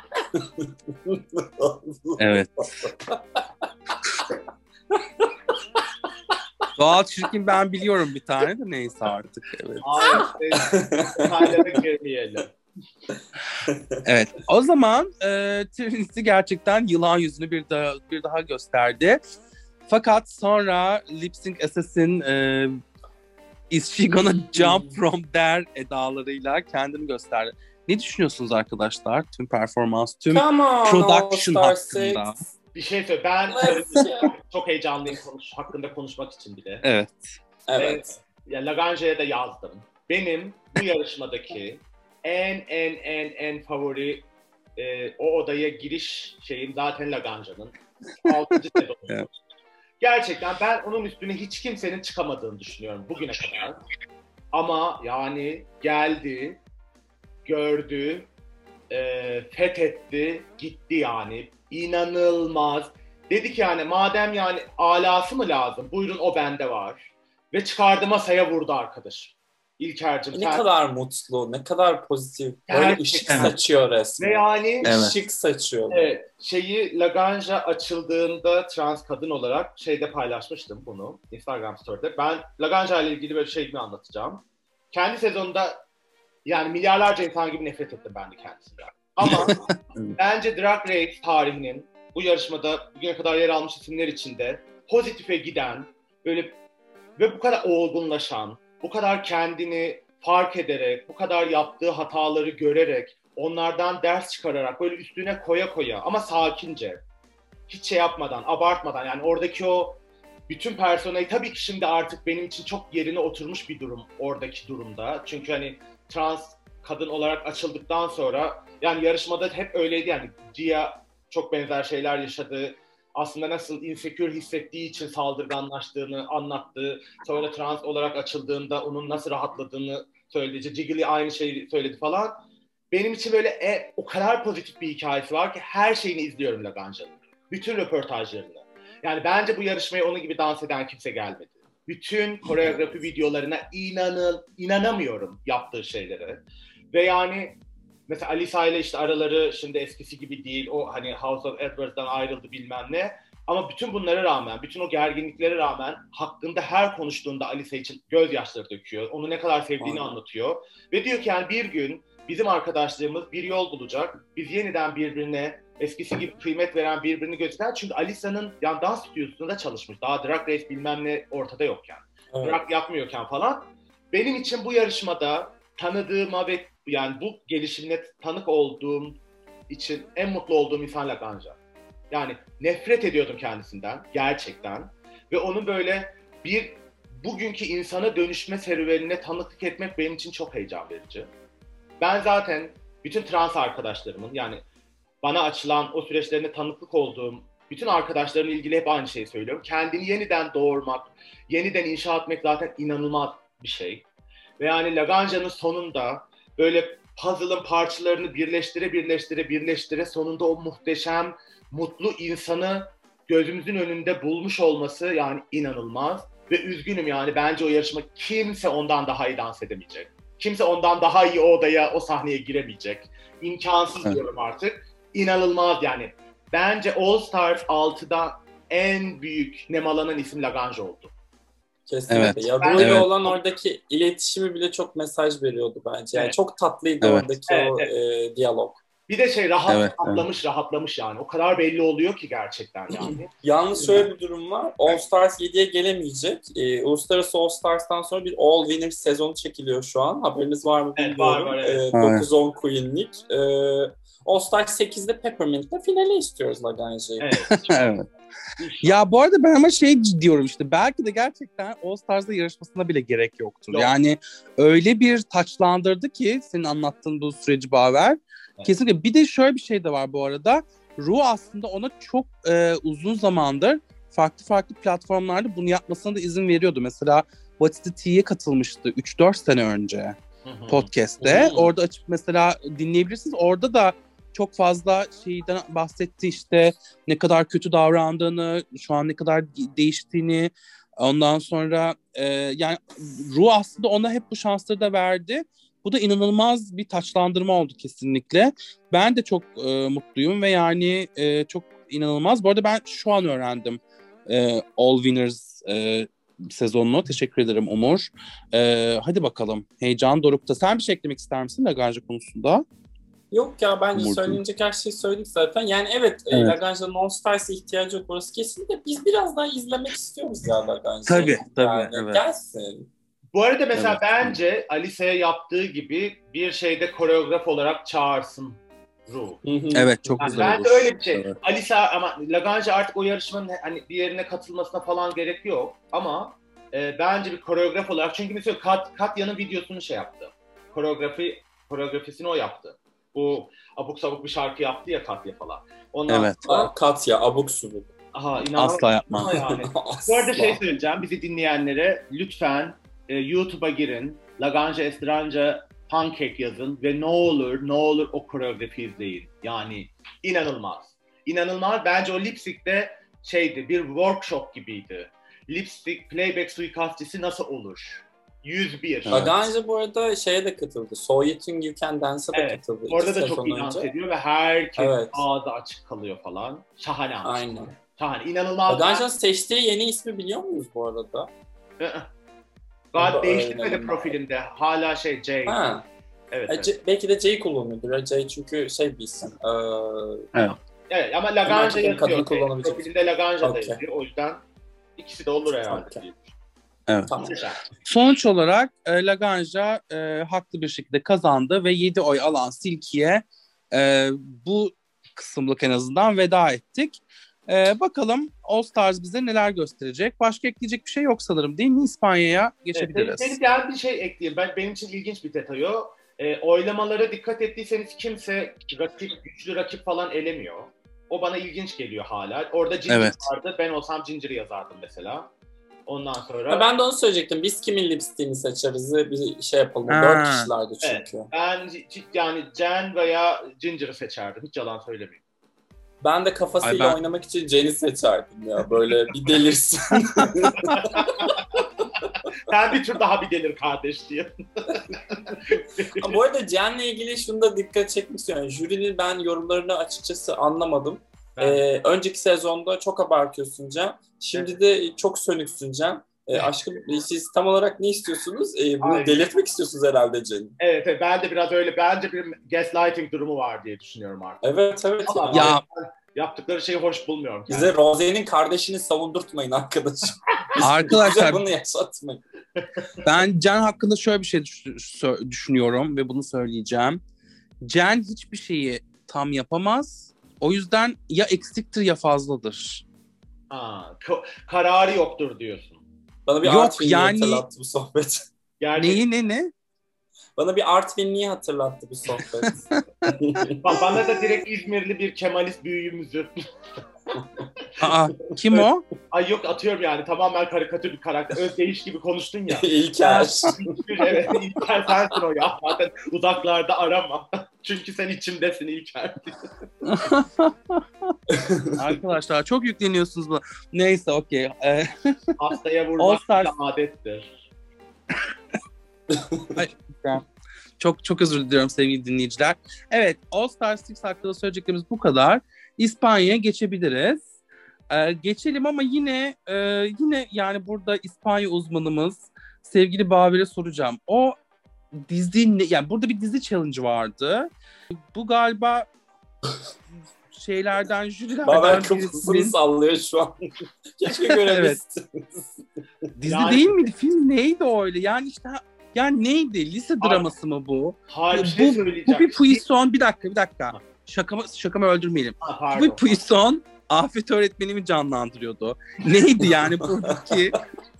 A: Evet. Doğal çirkin ben biliyorum bir tane de neyse artık. Evet.
B: Hayır, detaylara girmeyelim.
A: Evet. O zaman e, Trinity gerçekten yılan yüzünü bir daha bir daha gösterdi. Fakat sonra Lip Sync Assassin e, Is She Gonna Jump From There edalarıyla kendini gösterdi. Ne düşünüyorsunuz arkadaşlar? Tüm performans, tüm
C: Come on,
A: production
C: All Star
A: hakkında.
C: Six.
B: Bir şey söyle. Ben
C: Let's go.
B: çok heyecanlıyım konuş, hakkında konuşmak için bile.
A: Evet.
C: Evet.
B: Ve, ya Laganja'ya da yazdım. Benim bu yarışmadaki en en en en favori e, o odaya giriş şeyim zaten Laganja'nın. altıncı sezonu.
A: Evet.
B: Gerçekten ben onun üstüne hiç kimsenin çıkamadığını düşünüyorum bugüne kadar. Ama yani geldi, gördü, e, fethetti, gitti yani. İnanılmaz. Dedi ki yani madem yani alası mı lazım? Buyurun o bende var. Ve çıkardı masaya vurdu arkadaş. İlker'cim
C: Ne
B: sen...
C: kadar mutlu, ne kadar pozitif. Böyle
B: Gerçekten.
C: ışık saçıyor resmen.
B: Ve yani...
A: Evet.
C: Işık saçıyor.
B: Evet, şeyi Laganja açıldığında trans kadın olarak şeyde paylaşmıştım bunu Instagram Story'de. Ben Laganja ile ilgili böyle şeyimi anlatacağım. Kendi sezonunda yani milyarlarca insan gibi nefret ettim ben de kendisinden. Ama bence Drag Race tarihinin bu yarışmada bugüne kadar yer almış isimler içinde pozitife giden böyle ve bu kadar olgunlaşan, bu kadar kendini fark ederek, bu kadar yaptığı hataları görerek, onlardan ders çıkararak böyle üstüne koya koya ama sakince, hiç şey yapmadan, abartmadan yani oradaki o bütün personayı tabii ki şimdi artık benim için çok yerine oturmuş bir durum oradaki durumda. Çünkü hani trans kadın olarak açıldıktan sonra yani yarışmada hep öyleydi yani Gia çok benzer şeyler yaşadı. Aslında nasıl insecure hissettiği için saldırganlaştığını anlattı. Sonra trans olarak açıldığında onun nasıl rahatladığını söyledi. Jiggly aynı şeyi söyledi falan. Benim için böyle e, o kadar pozitif bir hikayesi var ki her şeyini izliyorum Laganja'nın. Bütün röportajlarını. Yani bence bu yarışmaya onun gibi dans eden kimse gelmedi. Bütün koreografi videolarına inanın, inanamıyorum yaptığı şeylere. Ve yani mesela Alisa ile işte araları şimdi eskisi gibi değil. O hani House of Edwards'dan ayrıldı bilmem ne. Ama bütün bunlara rağmen, bütün o gerginliklere rağmen hakkında her konuştuğunda Alisa için gözyaşları döküyor. Onu ne kadar sevdiğini Aynen. anlatıyor. Ve diyor ki yani bir gün bizim arkadaşlığımız bir yol bulacak. Biz yeniden birbirine eskisi gibi kıymet veren birbirini gösteren. Çünkü Alisa'nın yani dans stüdyosunda çalışmış. Daha Drag Race bilmem ne ortada yokken. Evet. Drag yapmıyorken falan. Benim için bu yarışmada tanıdığıma ve yani bu gelişimine tanık olduğum için en mutlu olduğum insan Laganja. Yani nefret ediyordum kendisinden gerçekten. Ve onun böyle bir bugünkü insana dönüşme serüvenine tanıklık etmek benim için çok heyecan verici. Ben zaten bütün trans arkadaşlarımın yani bana açılan o süreçlerine tanıklık olduğum bütün arkadaşlarımla ilgili hep aynı şeyi söylüyorum. Kendini yeniden doğurmak, yeniden inşa etmek zaten inanılmaz bir şey. Ve yani Laganja'nın sonunda böyle puzzle'ın parçalarını birleştire birleştire birleştire sonunda o muhteşem, mutlu insanı gözümüzün önünde bulmuş olması yani inanılmaz. Ve üzgünüm yani bence o yarışma kimse ondan daha iyi dans edemeyecek. Kimse ondan daha iyi o odaya, o sahneye giremeyecek. İmkansız evet. diyorum artık. İnanılmaz yani. Bence All Stars altıda en büyük nemalanan isim Laganja oldu.
C: Kesinlikle.
A: Evet.
C: Ya Ru'yla
A: evet.
C: olan oradaki iletişimi bile çok mesaj veriyordu bence. Yani
B: evet.
C: çok tatlıydı
A: evet.
C: oradaki
B: evet,
C: o
B: evet.
C: E, diyalog.
B: Bir de şey rahat,
A: evet,
B: rahatlamış
A: evet.
B: rahatlamış yani. O kadar belli oluyor ki gerçekten yani.
C: Yalnız şöyle bir durum var. All Stars yediye gelemeyecek. Ee, Uluslararası All Stars'tan sonra bir All Winners sezonu çekiliyor şu an. Haberiniz var mı bilmiyorum.
B: Evet, var, var, evet.
C: ee, dokuz on Queen'lik. Ee, All Stars sekizde Peppermint'te finale istiyoruz Laganja'yı.
B: Evet.
A: evet. Ya bu arada ben ama şey diyorum işte belki de gerçekten All Stars'da yarışmasına bile gerek yoktur. Yok. Yani öyle bir taçlandırdı ki senin anlattığın bu süreci Baver. Evet. Kesinlikle. Bir de şöyle bir şey de var bu arada. Ru aslında ona çok e, uzun zamandır farklı farklı platformlarda bunu yapmasına da izin veriyordu. Mesela What's the T'ye katılmıştı üç dört sene önce Hı-hı. podcast'te. Hı-hı. Orada açıp mesela dinleyebilirsiniz. Orada da çok fazla şeyden bahsetti işte ne kadar kötü davrandığını, şu an ne kadar değiştiğini. Ondan sonra e, yani Ru aslında ona hep bu şansları da verdi. Bu da inanılmaz bir taçlandırma oldu kesinlikle. Ben de çok e, mutluyum ve yani e, çok inanılmaz. Bu arada ben şu an öğrendim e, All Winners e, sezonunu. Teşekkür ederim Umur. E, hadi bakalım. Heyecan dorukta. Sen bir şey eklemek ister misin Lagrange konusunda?
C: Yok ya bence Umur'cum. Söylenecek her şeyi söyledik zaten. Yani evet, evet. Lagrange'da Non Stars'a ihtiyacı yok orası kesin de biz biraz daha izlemek istiyoruz ya Lagrange'ı.
A: Tabii tabii.
C: Yani
A: evet.
C: Gelsin.
B: Bu arada mesela evet. bence Alice'ye yaptığı gibi bir şeyde koreograf olarak çağırsın Ru.
A: Evet çok
B: yani
A: güzel
B: ben
A: olur.
B: Ben de öyle bir şey.
A: Evet.
B: Alice ama Lagrange artık o yarışmanın hani bir yerine katılmasına falan gerek yok. Ama e, bence bir koreograf olarak çünkü mesela Kat, Katya'nın videosunu şey yaptı. Koreografi koreografisini o yaptı. Bu abuk sabuk bir şarkı yaptı ya Katya falan.
C: Ondan evet. Sonra... Katya abuk sabuk.
B: Aha inanılmaz.
A: Asla yapmam.
B: Yani. Bu arada şey söyleyeceğim bizi dinleyenlere lütfen e, YouTube'a girin. Lagrange Estranca Pancake yazın ve ne olur ne olur o koreografi izleyin. Yani inanılmaz. İnanılmaz. Bence o lip-sync'te şeydi bir workshop gibiydi. Lip-sync playback suikastçisi nasıl olur? yüz bir.
C: Evet. Lagrange bu arada şeye de katıldı. Sovyet'in You Can Dance'a da evet. katıldı.
B: Orada da çok iyi dans ediyor ve herkes evet. ağzı açık kalıyor falan. Şahane.
C: Aynen.
B: Şahane. İnanılmaz.
C: Lagrange'ın seçtiği yeni ismi biliyor muyuz bu arada?
B: Daha değiştirmedi profilinde. Hala şey Jay.
C: Ha. Evet, evet. C- belki de Jay kullanıyordur. Jay çünkü şey bir isim. Ee,
B: evet. evet ama Lagrange yazıyor. Profilinde Lagrange okay. da yazıyor. O yüzden ikisi de olur herhalde. Okay.
A: Evet. Tamam. Sonuç olarak e, Lagrange e, haklı bir şekilde kazandı ve yedi oy alan Silky'ye e, bu kısımlık en azından veda ettik. E, bakalım All Stars bize neler gösterecek. Başka ekleyecek bir şey yok sanırım değil mi? İspanya'ya geçebiliriz.
B: Evet, benim bir şey ekleyeyim. Ben, benim için ilginç bir detay o. E, oylamalara dikkat ettiyseniz kimse rakip, güçlü rakip falan elemiyor. O bana ilginç geliyor hala. Orada Ginger evet. vardı. Ben olsam Ginger'ı yazardım mesela. Ondan sonra...
C: Ha, ben de onu söyleyecektim. Biz kimin lipstiğini seçeriz? Bir şey yapalım. Ha. Dört kişilerdi çünkü.
B: Evet. Ben yani Jen veya Ginger'ı seçerdim. Hiç yalan söylemeyeyim.
C: Ben de kafasıyla Ay ben... oynamak için Jen'i seçerdim ya. Böyle bir delirsin.
B: Sen bir tür daha bir delir kardeş diye.
C: Bu arada Jen'le ilgili şunu da dikkat çekmek istiyorum. Jürinin ben yorumlarını açıkçası anlamadım. Ee, önceki sezonda çok abartıyorsun Can. Şimdi evet. de çok sönüksün Can. Ee, aşkım siz tam olarak ne istiyorsunuz? Ee, bunu Aynen. delirtmek istiyorsunuz herhalde Can'ı.
B: Evet, evet ben de biraz öyle bence bir gaslighting durumu var diye düşünüyorum artık.
C: Evet evet.
B: Ama ya yaptıkları şeyi hoş bulmuyorum.
C: Bize yani. Rose'nin kardeşini savundurtmayın arkadaşım.
A: Arkadaşlar
C: bunu yaşatmayın.
A: Ben Can hakkında şöyle bir şey düşünüyorum ve bunu söyleyeceğim. Can hiçbir şeyi tam yapamaz. O yüzden ya eksiktir ya fazladır.
B: Ha, k- kararı yoktur diyorsun.
C: Bana bir
A: Yok,
C: Artvinliği
A: yani...
C: hatırlattı bu sohbet.
A: Gerçekten... Neyi ne ne?
C: Bana bir Artvinliği hatırlattı bu sohbet.
B: Bana da direkt İzmirli bir Kemalist büyüğümüzü.
A: Aa, kim o?
B: Ay yok atıyorum yani tamamen karikatür bir karakter. Özdeyiş gibi konuştun ya.
C: İlker.
B: Evet İlker sensin o ya. Zaten uzaklarda arama. Çünkü sen içimdesin İlker.
A: Arkadaşlar çok yükleniyorsunuz bu. Neyse okey. Ee,
B: Hastaya vurmak bir adettir.
A: Ay, çok çok özür diliyorum sevgili dinleyiciler. Evet, All Stars Six hakkında söyleyeceklerimiz bu kadar. İspanya'ya geçebiliriz. Ee, geçelim ama yine e, yine yani burada İspanya uzmanımız sevgili Baver'e soracağım. O dizi ne, yani burada bir dizi challenge vardı. Bu galiba şeylerden, jürilerden
C: Baver kafasını sallıyor şu an. Keşke görebilsiniz.
A: Evet. Dizi yani... değil miydi? Film neydi öyle? Yani işte yani neydi? Lise Hayır. draması mı bu?
B: Hayır, bir şey
A: bu,
B: söyleyeceğim.
A: Bu bir Poisson. Bir dakika, bir dakika. Şakamı, şakamı öldürmeyelim.
B: Ha,
A: bu bir Poisson Afet öğretmenimi canlandırıyordu. Neydi yani buradaki?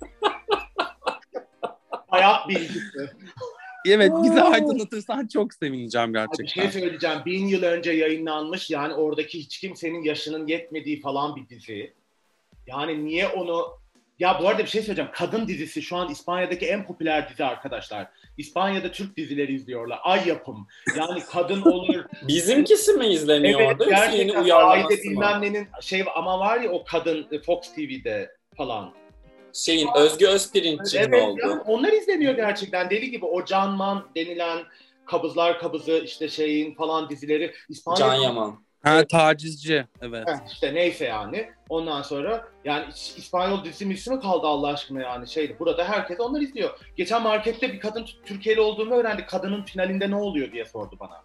B: Hayat bilgisi.
A: Evet, bizi aydınlatırsan çok sevineceğim gerçekten.
B: Bir şey söyleyeceğim. Bin yıl önce yayınlanmış, yani oradaki hiç kimsenin yaşının yetmediği falan bir dizi. Yani niye onu... Ya bu arada bir şey söyleyeceğim. Kadın dizisi şu an İspanya'daki en popüler dizi arkadaşlar. İspanya'da Türk dizileri izliyorlar. Ay yapım. Yani kadın olur.
C: Bizimkisi mi izleniyordu?
B: Evet, gerçekten.
C: Yeni uyarlaması
B: Aile bilmem nenin şey ama var ya o kadın Fox T V'de falan.
C: Şeyin Özgü Özpirinç'in
B: evet,
C: oldu.
B: Yani onlar izleniyor gerçekten. Deli gibi o Can Man denilen Kabızlar Kabızı işte şeyin falan dizileri. İspanya'da...
C: Can Yaman.
A: Ha, tacizci. Evet.
B: Heh, işte neyse yani. Ondan sonra yani İspanyol dizisi mi kaldı Allah aşkına yani şeydi. Burada herkes onları izliyor. Geçen markette bir kadın Türkiye'li olduğunu öğrendi. Kadının finalinde ne oluyor diye sordu bana.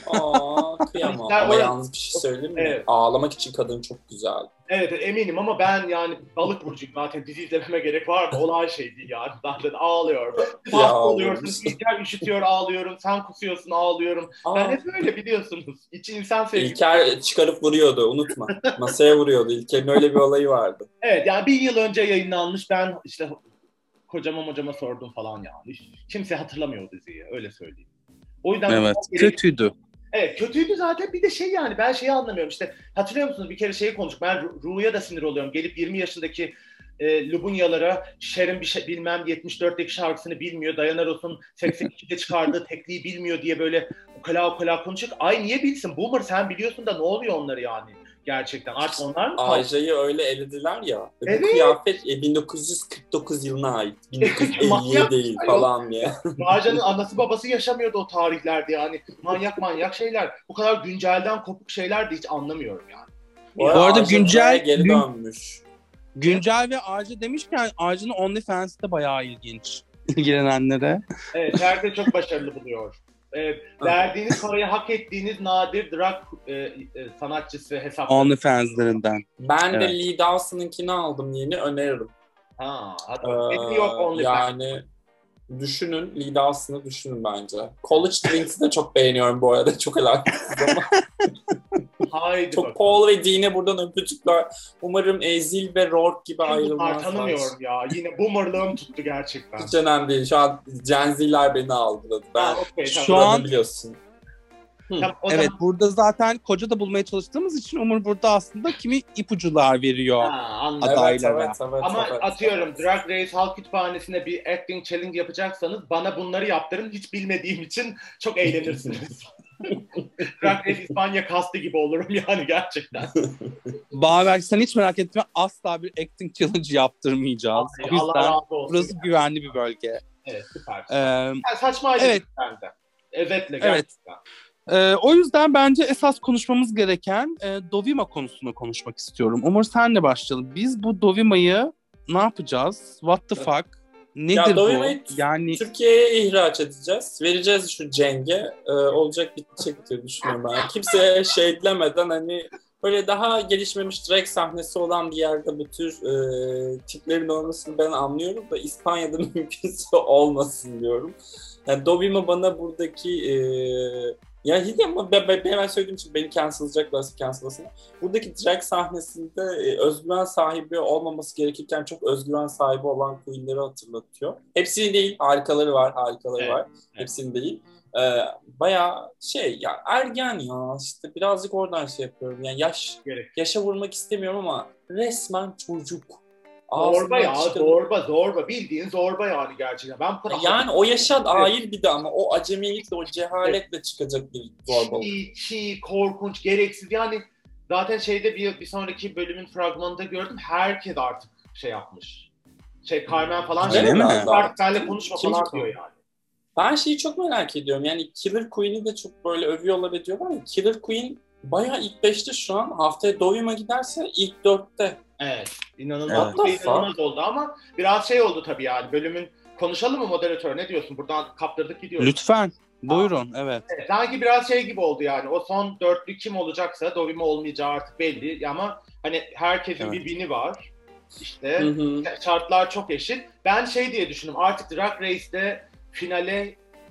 C: Aa, kıyamam. Ama yalnız bir şey söyleyeyim mi? Evet. Ağlamak için kadın çok güzel.
B: Evet eminim ama ben yani balık burcuyum zaten dizi izlememe gerek var mı? Olay şey değil yani. Zaten ağlıyorum. Hasta oluyorsun, İlker üşütüyor ağlıyorum, sen kusuyorsun ağlıyorum. Aa. Ben hep öyle biliyorsunuz. İçi insan sevgisi.
C: İlker çıkarıp vuruyordu unutma. Masaya vuruyordu. İlker'in öyle bir olayı vardı.
B: Evet yani bir yıl önce yayınlanmış ben işte kocama hocama sordum falan yani. Kimse hatırlamıyor o diziyi öyle söyleyeyim. O yüzden
A: evet kötüydü.
B: Evet kötüydü zaten bir de şey yani ben şeyi anlamıyorum işte hatırlıyor musunuz bir kere şeyi konuştuk ben Ru'ya da sinir oluyorum gelip yirmi yaşındaki e, Lubunyalara Şer'in bir şey bilmem yetmiş dörtteki şarkısını bilmiyor Diana Ross'un seksen ikide çıkardığı tekliği bilmiyor diye böyle ukala ukala konuşuyor. Ay niye bilsin Boomer sen biliyorsun da ne oluyor onları yani gerçekten artık onlar mı?
C: Ayca'yı öyle elediler ya.
B: Evet.
C: Bu kıyafet bin dokuz yüz kırk dokuz yılına ait. bin dokuz yüz elliye değil falan ya.
B: Ayca'nın anası babası yaşamıyordu o tarihlerde yani. Manyak manyak şeyler. Bu kadar güncelden kopuk şeyler de hiç anlamıyorum yani.
A: Bu arada güncel
C: geri
A: gün,
C: dönmüş.
A: Güncel ve Ayca demişken Ayca'nın OnlyFans'ı da bayağı ilginç ilgilenenlere.
B: Evet, herkes çok başarılı buluyor. E, verdiğiniz parayı hak ettiğiniz nadir drag e, e, sanatçısı hesapları.
A: OnlyFans'lerinden.
C: Ben evet. de Lee Dawson'ınkini aldım yeni öneririm.
B: Ha,
C: ee, yok OnlyFans. Yani düşünün Lee Dawson'ı düşünün bence. College Drinks'i de çok beğeniyorum bu arada. Çok alakasız ama.
B: Haydi
C: çok
B: bakalım.
C: Paul ve Dean'e buradan öpücükler. Umarım Ezil ve Rourke gibi ayrılmazlar.
B: Tanımıyorum ya. Yine boomerlığım tuttu gerçekten.
C: Hiç önemli değil. Şu an Gen Z'ler beni algıladı. Ben ha, okay, şu tamam. an biliyorsun.
A: Tamam, evet zaman... burada zaten koca da bulmaya çalıştığımız için Umur burada aslında kimi ipucular veriyor ha, adaylara.
C: Evet, evet, evet,
B: Ama
C: evet,
B: atıyorum
C: evet.
B: Drag Race Halk Kütüphanesi'ne bir acting challenge yapacaksanız bana bunları yaptırın. Hiç bilmediğim için çok eğlenirsiniz. Drag Race İspanya kastı gibi olurum yani gerçekten.
A: Bağver sen hiç merak etme asla bir acting challenge yaptırmayacağız.
B: Ay, o yüzden
A: burası ya. Güvenli bir bölge.
B: Evet süper.
A: Ee,
B: yani saçmaydı evet. Bende. Evetle gerçekten. Evet.
A: Ee, o yüzden bence esas konuşmamız gereken e, Dovima konusunu konuşmak istiyorum. Umur senle başlayalım. Biz bu Dovima'yı ne yapacağız? What the fuck? Nedir
C: ya,
A: bu?
C: Yani Türkiye'ye ihraç edeceğiz. Vereceğiz şu Ceng'e. Ee, olacak bitecek diye düşünüyorum ben. Kimseye şey demeden hani böyle daha gelişmemiş drag sahnesi olan bir yerde bu tür e, tiplerin olmasını ben anlıyorum da İspanya'da mümkünse olmasın diyorum. Yani Dovima bana buradaki e, ya hiç ama ben, ben, ben söylediğim için beni cancel'layacaklarsa cancel'lasın. Buradaki drag sahnesinde e, özgüven sahibi olmaması gerekirken çok özgüven sahibi olan queenleri hatırlatıyor. Hepsini değil, harikaları var, harikaları evet, var. Evet. Hepsini değil. Ee, bayağı şey ya ergen ya işte birazcık oradan şey yapıyorum. Yani yaş Gerek. yaşa vurmak istemiyorum ama resmen çocuk.
B: Zorba ya, çıkın. zorba, zorba. Bildiğin zorba yani gerçekten. Ben bu kadar
C: yani o yaşa dair bir de ama o acemilikle, o cehaletle evet. çıkacak bir zorbalık.
B: Çiğ, çiğ, korkunç, gereksiz. Yani zaten şeyde bir, bir sonraki bölümün fragmanında gördüm. Herkes artık şey yapmış. Şey Carmen falan şey
A: mi?
B: Artık seninle konuşma Kim falan diyor yani.
C: Ben şeyi çok merak ediyorum. Yani Killer Queen'i de çok böyle övüyorlar ediyorlar ya. Killer Queen bayağı ilk beşte şu an. Haftaya Dovima giderse ilk dörtte.
B: Evet. İnanılmaz, evet. inanılmaz oldu ama biraz şey oldu tabii yani. Bölümün konuşalım mı moderatör? Ne diyorsun? Buradan kaptırdık gidiyoruz.
A: Lütfen. Buyurun. Evet.
B: evet. Sanki biraz şey gibi oldu yani. O son dörtlü kim olacaksa Dovima olmayacağı artık belli. Ama hani herkesin evet. bir bini var. İşte hı hı. şartlar çok eşit. Ben şey diye düşündüm. Artık Drag Race'de finale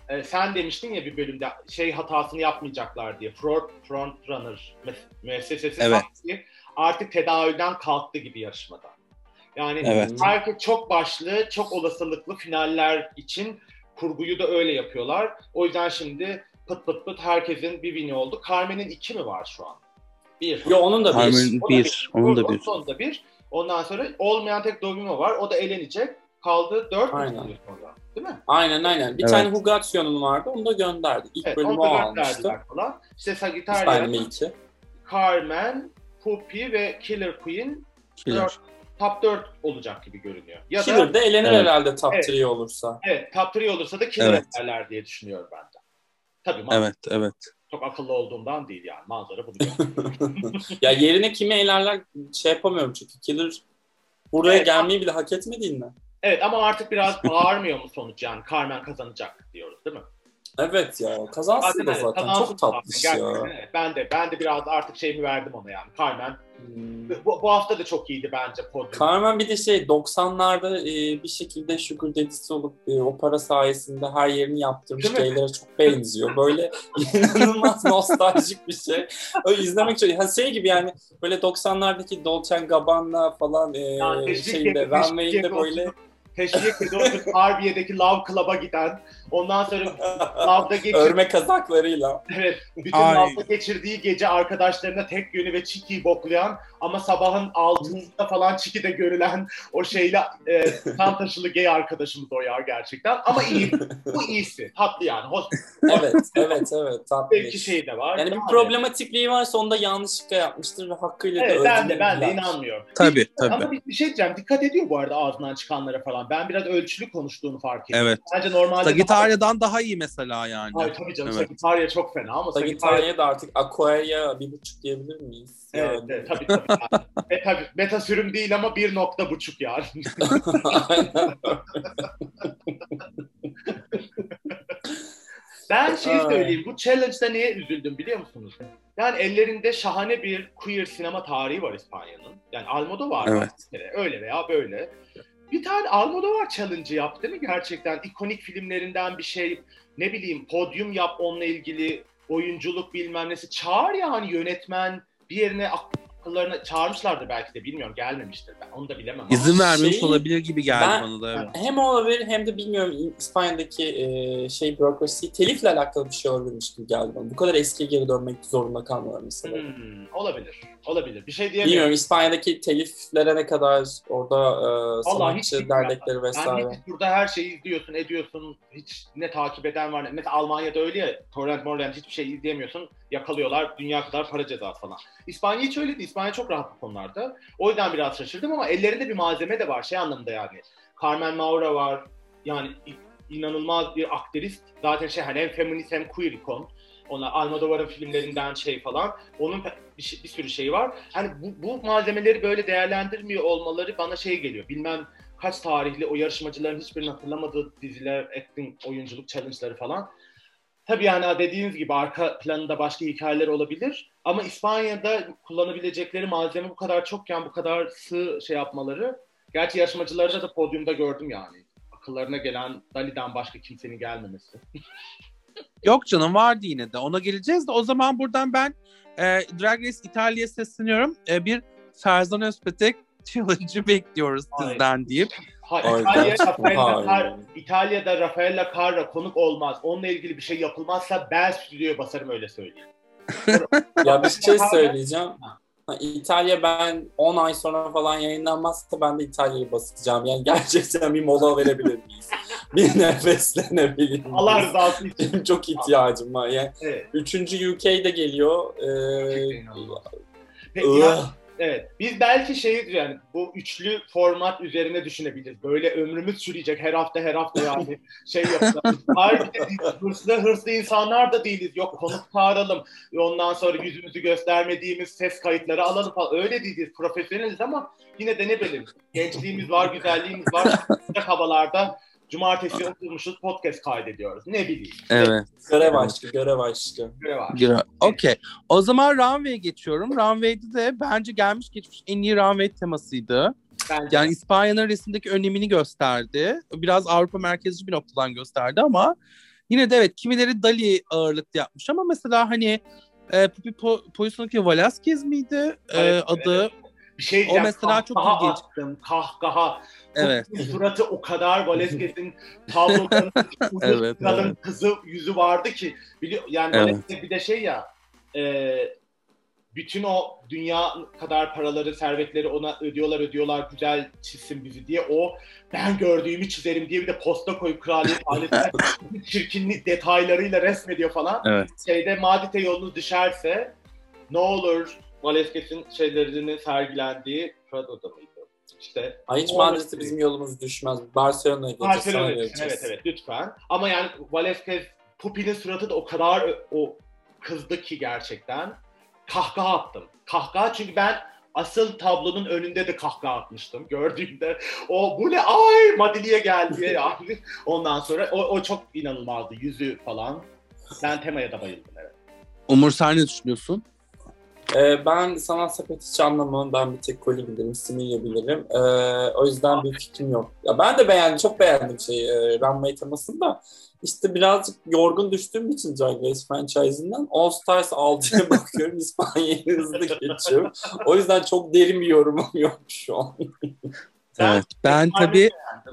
B: e, sen demiştin ya bir bölümde şey hatasını yapmayacaklar diye. Front, front runner müessesesi
A: evet.
B: artık tedavülden kalktı gibi yarışmada. Yani
A: evet.
B: herkes çok başlı, çok olasılıklı finaller için kurguyu da öyle yapıyorlar. O yüzden şimdi pıt pıt pıt herkesin bir win'i oldu. Carmen'in iki mi var şu an? Bir.
C: Yo, onun da bir.
A: Carmen'in bir. bir. Onun da bir.
B: Onun da bir. Ondan sonra olmayan tek Dovimo var. O da elenecek. Kaldı dört mü sonra? Değil mi?
C: Aynen aynen. Bir evet. tane Hugation'un vardı. Onu da gönderdi. İlk evet, bölümü o almıştı.
B: Falan. İşte Sagittarius'ta
C: iki.
B: Carmen, Puppy ve Killer Queen
A: Killer.
B: dört, top dört olacak gibi görünüyor.
C: Ya Killer de elenir evet. herhalde top
B: evet.
C: üç olursa.
B: Evet, top üç olursa da Killer evet. ederler diye düşünüyorum ben de. Tabii manzara.
A: Evet, evet.
B: Çok akıllı olduğumdan değil yani. Manzara bunu
C: ya yerine kimi elerler şey yapamıyorum çünkü Killer buraya evet, gelmeyi bile hak etmediğin mi?
B: Evet ama artık biraz bağırmıyor mu sonuç yani? Carmen kazanacak diyoruz değil mi?
C: Evet ya kazansın da zaten kazansın çok tatlış ya.
B: Evet. Ben de ben de biraz artık şeyimi verdim ona yani. Carmen hmm. bu, bu hafta da çok iyiydi bence podyum.
C: Carmen bir de şey doksanlarda e, bir şekilde Sugar Daddy'si olup e, o para sayesinde her yerini yaptırmış gaylere çok benziyor. Böyle inanılmaz nostaljik bir şey. O izlemek çok yani şey gibi yani böyle doksanlardaki Dolce and Gabbana falan e, yani şeyinde runway'inde böyle
B: teşvik ediyoruz Harbiye'deki Love Club'a giden, ondan sonra Love'da geçirdiği...
C: Örme kazaklarıyla.
B: Evet, bütün Love'da geçirdiği gece arkadaşlarına tek yönü ve Chiki'yi boklayan ama sabahın altında falan Chiki'de görülen o şeyle e, tam taşılı gay arkadaşımız o ya gerçekten. Ama iyi, bu iyisi, tatlı yani. Hoş.
C: Evet, evet, evet. Tatlı.
B: Belki şey de var.
C: Yani bir problematikliği varsa onda yanlışlıkla yapmıştır ve hakkıyla
B: evet,
C: da
B: ben de, ben de inanmıyorum.
A: Tabii,
B: Hiç,
A: tabii.
B: Ama bir şey diyeceğim, dikkat ediyor bu arada ağzından çıkanlara falan. Ben biraz ölçülü konuştuğunu fark ettim.
A: Evet.
B: Bence normalde
A: Sagittarius'dan daha... daha iyi mesela yani.
B: Ay tabii canım
A: evet.
B: Sagittaria çok fena ama
C: Sagittaria da artık Aquaria bir buçuk diyebilir miyiz?
B: Evet, yani. evet tabii tabii. Yani. e, tabii meta sürüm değil ama bir nokta buçuk yani. Aynen. Ben şey söyleyeyim, bu challenge'da niye üzüldüm biliyor musunuz? Yani ellerinde şahane bir queer sinema tarihi var İspanya'nın. Yani Almodóvar
A: evet.
B: var. Öyle veya böyle. Bir tane Almodóvar challenge'ı yaptı değil mi gerçekten? İkonik filmlerinden bir şey, ne bileyim podyum yap onunla ilgili, oyunculuk bilmem nesi. Çağır ya hani yönetmen bir yerine akıllarına çağırmışlardı belki de bilmiyorum gelmemiştir ben onu da bilemem.
A: İzin
B: ama.
A: vermemiş
C: şey,
A: olabilir gibi geldi
C: ben,
A: bana da. Evet.
C: Hem olabilir hem de bilmiyorum İspanya'daki e, şey bürokrasi telifle alakalı bir şey olabilirmiş gibi geldi bana. Bu kadar eskiye geri dönmek zorunda kalmalar mesela.
B: Hmm, olabilir. Olabilir. Bir şey diyemiyorum.
C: Bilmiyorum İspanya'daki teliflere ne kadar orada e, sanatçı dernekleri vesaire.
B: Yani hiç burada her şeyi izliyorsun, ediyorsun. Hiç ne takip eden var ne. Mesela Almanya'da öyle ya. Torrent Morrent hiçbir şey izleyemiyorsun. Yakalıyorlar. Dünya kadar para cezası falan. İspanya hiç öyle değil. İspanya çok rahat bu konularda. O yüzden biraz şaşırdım ama ellerinde bir malzeme de var. Şey anlamda yani. Carmen Maura var. Yani inanılmaz bir aktrist. Zaten şey hani hem feminist hem queer ikon. Ona Almodóvar'ın filmlerinden şey falan. Onun bir, bir sürü şey var. Hani bu, bu malzemeleri böyle değerlendirmiyor olmaları bana şey geliyor. Bilmem kaç tarihli o yarışmacıların hiçbirinin hatırlamadığı diziler, acting, oyunculuk challenge'ları falan. Tabii yani dediğiniz gibi arka planında başka hikayeler olabilir. Ama İspanya'da kullanabilecekleri malzeme bu kadar çokken bu kadar sığ şey yapmaları. Gerçi yarışmacıları da podyumda gördüm yani. Akıllarına gelen Dali'den başka kimsenin gelmemesi.
A: Yok canım vardı yine de. Ona geleceğiz de o zaman buradan ben e, Drag Race İtalya'ya sesleniyorum. E, bir Ferzan Özpetek challenge'ı bekliyoruz
B: Hayır.
A: sizden deyip.
B: Hayır. İtalya, Raffaella Car- İtalya'da Raffaella Carrà konuk olmaz. Onunla ilgili bir şey yapılmazsa ben stüdyoya basarım öyle söyleyeyim.
C: Ya bir şey söyleyeceğim. Ha, İtalya ben on ay sonra falan yayınlanmazsa ben de İtalya'yı basacağım. Yani gerçekten bir mola verebilir miyiz? Bir nefeslenebilir miyiz?
B: Allah rızası için.
C: Çok ihtiyacım var. Yani evet. Üçüncü U K'de geliyor. Ee,
B: Peki, ya, evet. Biz belki şey yani bu üçlü format üzerine düşünebiliriz. Böyle ömrümüz sürecek her hafta her hafta yani şey yapalım. Harbi hırslı hırslı insanlar da değiliz. Yok konuk çağıralım. Ondan sonra yüzümüzü göstermediğimiz ses kayıtları alalım falan. Öyle değiliz. Profesyoneliz ama yine de ne bileyim. Gençliğimiz var, güzelliğimiz var. Sıcak havalarda cumartesi oturmuşuz podcast kaydediyoruz. Ne bileyim.
A: Evet.
C: Görev aşkı, görev aşkı.
B: Görev aşkı.
A: Okey. O zaman Runway'e geçiyorum. Runway'de de bence gelmiş geçmiş en iyi Runway temasıydı. Bence. Yani İspanya'nın resimdeki önemini gösterdi. Biraz Avrupa merkezci bir noktadan gösterdi ama Yine de evet kimileri Dali ağırlıklı yapmış ama mesela hani e, Pupi po- Poison'daki Velasquez miydi e,
B: Evet,
A: adı?
B: evet. Bir şey diyeceğim,
A: o mesela çok
B: kahkaha
A: ilginç.
B: attım, kahkaha.
A: Evet.
B: Suratı o kadar Velasquez'in tablolarının
A: Evet,
B: kadın
A: evet.
B: kızı yüzü vardı ki. Biliyor, yani
A: Evet.
B: Velasquez bir de şey ya, e, bütün o dünya kadar paraları, servetleri ona ödüyorlar ödüyorlar güzel çizsin bizi diye. O ben gördüğümü çizerim diye bir de posta koyup kraliyet ailesine çirkinlik detaylarıyla resmediyor falan.
A: Evet.
B: Şeyde Madite yolunuz düşerse ne olur Velasquez'in şeylerini sergilendiği Prado'da mıydı? İşte.
C: Ay hiç Madrid'de bizim yolumuz düşmez. Barcelona'ya gideceğiz.
B: Barcelona'ya gideceğiz. Evet evet lütfen. Ama yani Velasquez, Pupi'nin suratı da o kadar o kızdı ki gerçekten. Kahkaha attım. Kahkaha çünkü ben asıl tablonun önünde de kahkaha atmıştım gördüğümde. O bu ne ay Madili'ye geldi yani. Ondan sonra o, o çok inanılmazdı yüzü falan. Ben temaya da bayıldım evet.
A: Umur sen ne düşünüyorsun?
C: Ee, ben sanat sepeti hiç anlamam. Ben bir tek Koli bilirim, Similya bilirim. Ee, o yüzden bir fikrim yok. Ya ben de beğendim, çok beğendim şey e, Runway temasını da. İşte birazcık yorgun düştüğüm için Drag Race franchise'inden All Stars altıya bakıyorum. İspanya'ya hızlı geçiyorum. O yüzden çok derin bir yorumum yok şu an.
A: Evet. Ben tabii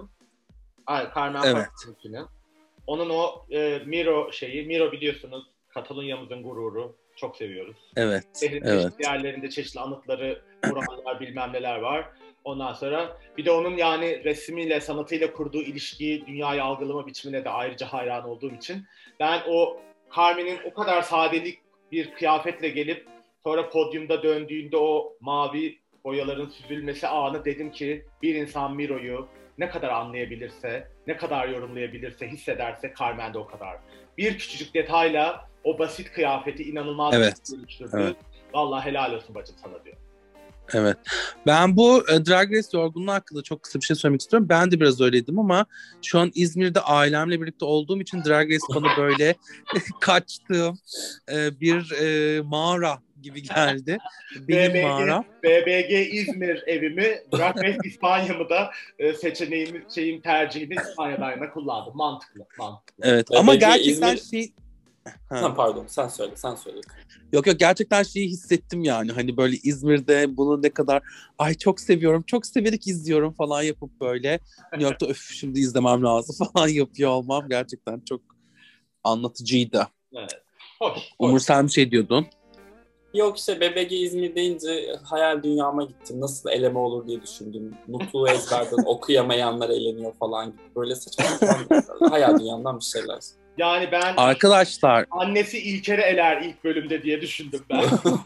B: Ay, Carmen
A: evet.
B: Farfus'un. Onun o e, Miro şeyi, Miro biliyorsunuz Katalunya'mızın gururu. Çok seviyoruz.
A: Evet.
B: Şehrin
A: evet.
B: çeşitli yerlerinde çeşitli anıtları, murallar bilmem neler var. Ondan sonra bir de onun yani resmiyle, sanatıyla kurduğu ilişkiyi, dünyayı algılama biçimine de ayrıca hayran olduğum için ben o Carmen'in o kadar sadelik bir kıyafetle gelip sonra podyumda döndüğünde o mavi boyaların süzülmesi anı dedim ki bir insan Miro'yu ne kadar anlayabilirse, ne kadar yorumlayabilirse, hissederse Carmen de o kadar. Bir küçücük detayla o basit kıyafeti inanılmaz
A: evet.
B: dönüştürdü.
A: Evet.
B: Vallahi helal olsun bacım sana diyor.
A: Evet. Ben bu e, Drag Race yorgunluğu hakkında çok kısa bir şey söylemek istiyorum. Ben de biraz öyleydim ama şu an İzmir'de ailemle birlikte olduğum için Drag Race bana böyle kaçtığım e, bir e, mağara gibi geldi. Benim
B: B B G,
A: mağaram.
B: B B G İzmir evimi, Drag Race İspanya'mı da e, seçeneğimi, şeyim tercihini İspanya'dan yana kullandım. Mantıklı, mantıklı.
A: Evet
C: B B G
A: ama gerçekten
C: İzmir...
A: şey... Ha.
C: Ha, pardon sen söyle, sen söyle.
A: Yok yok gerçekten şeyi hissettim yani hani böyle İzmir'de bunu ne kadar ay çok seviyorum çok severek izliyorum falan yapıp böyle New York'ta öf şimdi izlemem lazım falan yapıyor olmam gerçekten çok anlatıcıydı.
B: Evet. Hoş, hoş.
A: Umur sen bir şey diyordun.
C: Yok işte B B G İzmir deyince hayal dünyama gittim. Nasıl eleme olur diye düşündüm. Mutlu ezberden okuyamayanlar eleniyor falan gibi. Böyle saçma hayal dünyamdan bir şeyler.
B: Yani ben
A: arkadaşlar
B: annesi İlker'i eler ilk bölümde diye düşündüm ben.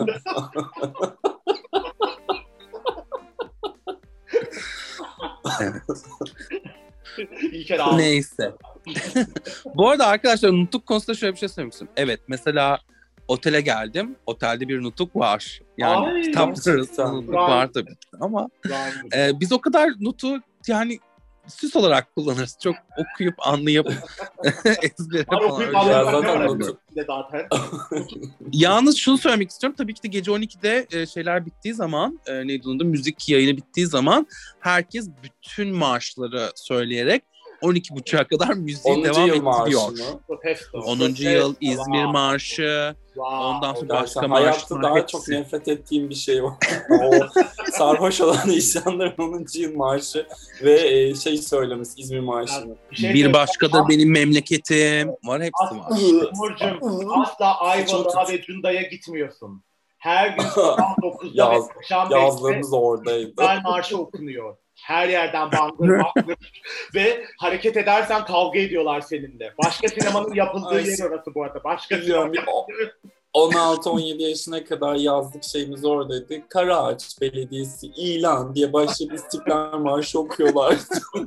A: evet.
B: İlker ağlı.
A: Neyse. Bu arada arkadaşlar nutuk konusunda şöyle bir şey söylemek istiyorum. Evet mesela otele geldim. Otelde bir nutuk var. Yani
B: Ay,
A: kitaplar arasında nutuk var tabii ki ama e, biz o kadar nutuk yani süs olarak kullanırız. Çok okuyup anlayıp ezbere falan.
B: Okuyup
C: anlayıp
B: zaten.
A: Yalnız şunu söylemek istiyorum. Tabii ki de gece on ikide e, şeyler bittiği zaman e, neydi onun da müzik yayını bittiği zaman herkes bütün marşları söyleyerek on iki buçuğa kadar müziği devam ettiriyor. onuncu yıl İzmir Marşı. Wow. Ondan sonra başka marşlar.
C: Hayatta daha hepsi. Çok nefret ettiğim bir şey var. O sarhoş olan insanların onuncu yıl marşı ve şey söylemesi İzmir Marşı'nı.
A: Bir, şey bir başka da benim memleketim. Var hepsi var.
B: Umurcuğum asla Ayvalık'a ve Cunda'ya gitmiyorsun. Her gün sabah dokuzda
C: Yaz,
B: ve akşam
C: yazlarımız oradaydı.
B: İstiklal Marşı okunuyor. Her yerden bandır bandır ve hareket edersen kavga ediyorlar seninle. Başka sinemanın yapıldığı Ay, yer orası bu arada. Başka sinema.
C: on altı on yedi yaşına kadar yazlık şeyimiz oradaydı. Karaağaç Belediyesi ilan diye başlayıp İstiklal Marşı okuyorlardı.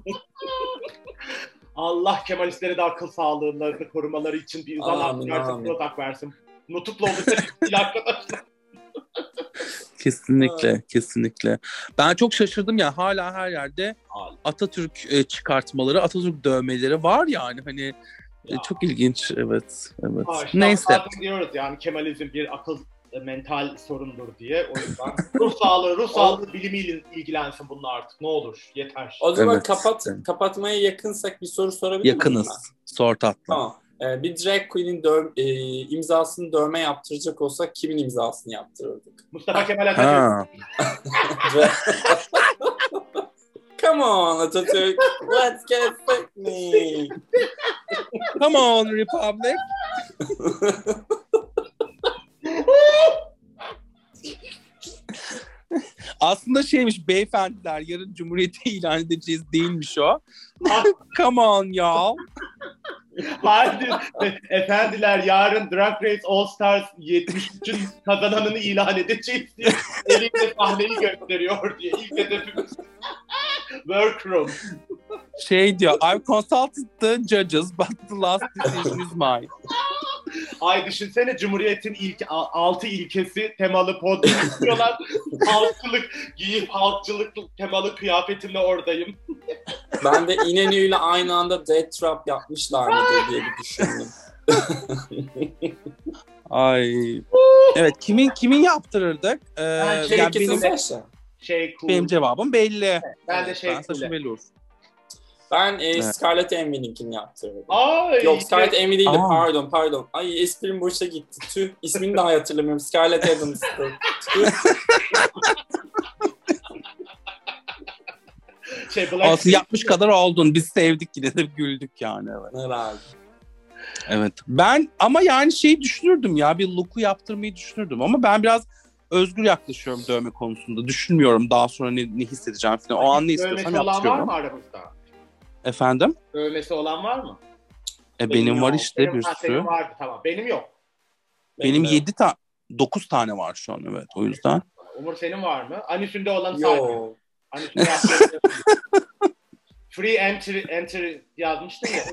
B: Allah Kemalistlere de akıl sağlığını korumaları için bir uzan versin, Prozac versin. Nutuklu olacak arkadaşlar.
A: Kesinlikle, kesinlikle. Ben çok şaşırdım ya hala her yerde Atatürk çıkartmaları, Atatürk dövmeleri var yani hani ya. Çok ilginç evet. Evet.
B: Ha,
A: neyse.
B: Diyoruz yani Kemalizm bir akıl mental sorundur diye o yüzden ruh sağlığı, ruh sağlığı bilimiyle ilgilensin bunlar artık ne olur yeter.
C: O zaman evet. kapat kapatmaya yakınsak bir soru sorabilir miyim?
A: Yakınız. Sor tatlım.
C: Tamam. Ee, bir drag queen'in döv- e, imzasını dövme yaptıracak olsak kimin imzasını yaptırırdık?
B: Mustafa Kemal Atatürk.
C: Come on Atatürk, let's get me.
A: Come on Republic. Aslında şeymiş, beyefendiler yarın Cumhuriyeti ilan edeceğiz değilmiş o. Come on y'all.
B: Hayır, efendiler yarın Drag Race All Stars yetmiş üçün kazananını ilan edeceğiz diye eliyle sahneyi gösteriyor diye ilk hedefimiz. Workroom.
A: Şey diyor, I've consulted the judges but the last decision is mine.
B: Ay düşünsene Cumhuriyet'in ilk altı ilkesi temalı podyum istiyorlar. Halkçılık giyip halkçılık temalı kıyafetimle oradayım.
C: Ben de İnönü'yle aynı anda Death Trap yapmışlar mıdır diye bir düşündüm.
A: Ay. Evet, kimin kimin yaptırırdık? Ee,
B: Ben şey,
A: yani benim,
B: şey cool.
A: benim cevabım belli.
B: Evet, ben
A: evet,
B: de şey
A: ben
B: cool.
A: belli olsun.
C: Ben e, evet. Scarlett Envy'ninkini yaptırdım.
B: Ay,
C: Yok Scarlett Envy değildi,
A: Aa.
C: pardon pardon. Ay esprim boşa gitti. Tüh, ismini daha hatırlamıyorum. Scarlett Adams'tı.
B: şey,
A: Olsun, yapmış kadar oldun. Biz sevdik yine de güldük yani. Evet.
C: Herhalde.
A: Evet. Ben ama yani şeyi düşünürdüm ya, bir look'u yaptırmayı düşünürdüm ama ben biraz özgür yaklaşıyorum dövme konusunda. Düşünmüyorum daha sonra ne, ne hissedeceğim falan. O an ne istiyorsam yaptırıyorum.
B: Dövmesi olan var mı aramızda?
A: Efendim?
B: Dövmesi olan var mı?
A: E benim, benim var işte benim, bir
B: ha,
A: sürü.
B: Senin vardı tamam. Benim yok.
A: Benim, benim yedi tane, dokuz tane var şu an evet o yüzden.
B: Umur senin var mı? Anüsünde olan
C: yok.
B: Anüsünde yaptığın Free entry, entry yazmıştın ya.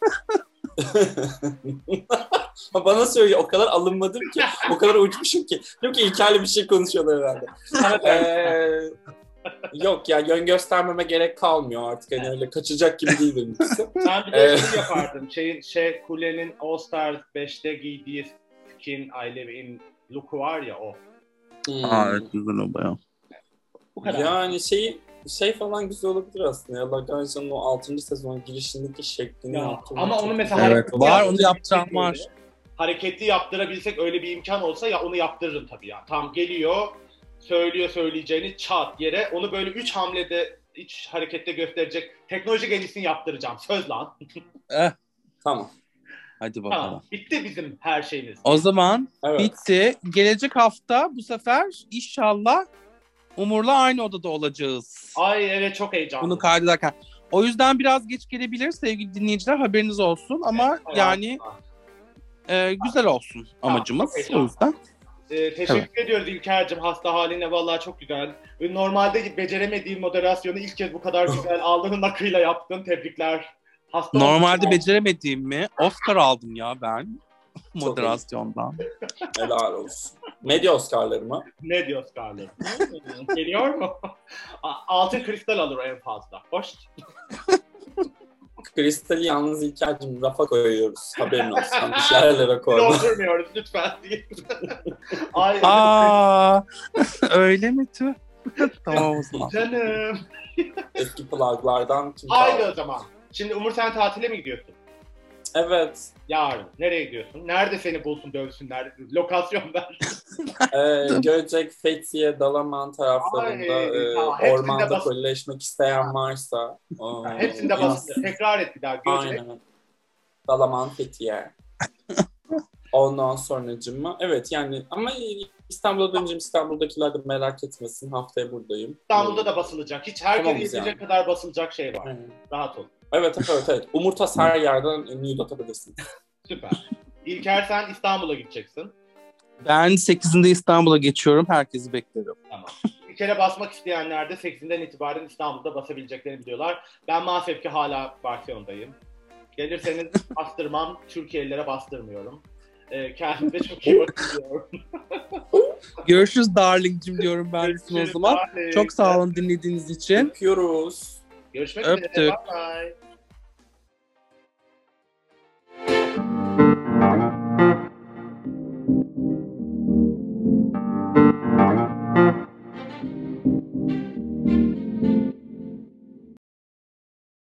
C: Bana söylüyor, o kadar alınmadım ki, o kadar uçmuşum ki. Yok ki İlker'le bir şey konuşuyorlar herhalde. ee, yok ya, yön göstermeme gerek kalmıyor artık. Hani öyle kaçacak gibi değil benimkisi.
B: Ben bir de şey yapardım. Şey, şey Kule'nin All Stars beşte giydiği skin I Live in look'u var ya o.
A: Hmm. Aa evet, güzel o bayağı.
B: Bu kadar.
C: Yani şey şey falan güzel olabilir aslında ya. Lagrange'ın o altıncı sezon girişindeki şeklini yaptım.
B: Ama onu mesela
A: evet, var onu yapacağım var.
B: Hareketli yaptırabilsek öyle bir imkan olsa ya onu yaptırırım tabii ya. Tam geliyor, söylüyor söyleyeceğini çat yere. Onu böyle üç hamlede, üç harekette gösterecek teknoloji gelişsin yaptıracağım. Söz lan.
A: eh.
C: Tamam.
A: Hadi bakalım.
B: Tamam. Bitti bizim her şeyimiz.
A: O zaman
C: evet.
A: bitti. Gelecek hafta bu sefer inşallah Umur'la aynı odada olacağız.
B: Ay evet, çok heyecanlı.
A: Bunu kaydederken. O yüzden biraz geç gelebilir sevgili dinleyiciler, haberiniz olsun ama evet, yani e, güzel olsun amacımız. Tamam, o yüzden.
B: Ee, teşekkür evet. ediyoruz İlker'cim hasta haline, vallahi çok güzel. Normalde beceremediğim moderasyonu ilk kez bu kadar güzel aldığın akıyla yaptın. Tebrikler. Hasta
A: Normalde beceremediğim mi? Oscar aldım ya ben moderasyondan.
C: Helal olsun. Medya Oscar'ları mı?
B: Medya Oscar'ları. Geliyor mu? Altın kristal alır en fazla. Hoş.
C: Kristali yalnız İlker'cim rafa koyuyoruz. Haberin olsun. Bir şeylere koyalım.
B: Doldurmuyoruz lütfen diye.
A: Ay, Aa, öyle mi tüh? Tamam o zaman.
B: Canım.
C: Eski plaglardan kim
B: Haydi o zaman. Şimdi Umur sen tatile mi gidiyorsun?
C: Evet.
B: Yarın. Nereye gidiyorsun? Nerede seni bulsun dövsünler? Lokasyon ver.
C: ee, Göcek, Fethiye, Dalaman taraflarında Ay, e, tamam. ormanda bas- kolileşmek isteyen varsa.
B: O, ha, hepsinde basın. Tekrar et bir daha. Göcek.
C: Aynen. Dalaman, Fethiye. Ondan sonracığıma. Evet yani ama İstanbul'a döneceğim. İstanbul'dakiler de merak etmesin. Haftaya buradayım.
B: İstanbul'da da basılacak. Hiç herkes tamam, yetecek yani. kadar basılacak şey var. Evet. Rahat ol.
C: Evet evet evet. Umurtas her yerden nude atabilirsin.
B: Süper. İlker sen İstanbul'a gideceksin.
A: Ben sekizinde İstanbul'a geçiyorum. Herkesi beklerim.
B: Tamam. Bir kere basmak isteyenler de sekizinden itibaren İstanbul'da basabileceklerini biliyorlar. Ben maalesef ki hala Barcelona'dayım. Gelirseniz bastırmam. Türkiye'lilere bastırmıyorum. Ee, kendinize çok iyi bakın.
A: Görüşürüz darling'cim diyorum ben Görüşürüz o zaman. Darling. Çok sağ olun dinlediğiniz için.
C: Öpüyoruz.
B: Görüşmek üzere.
A: Öptük.
B: Bye bye.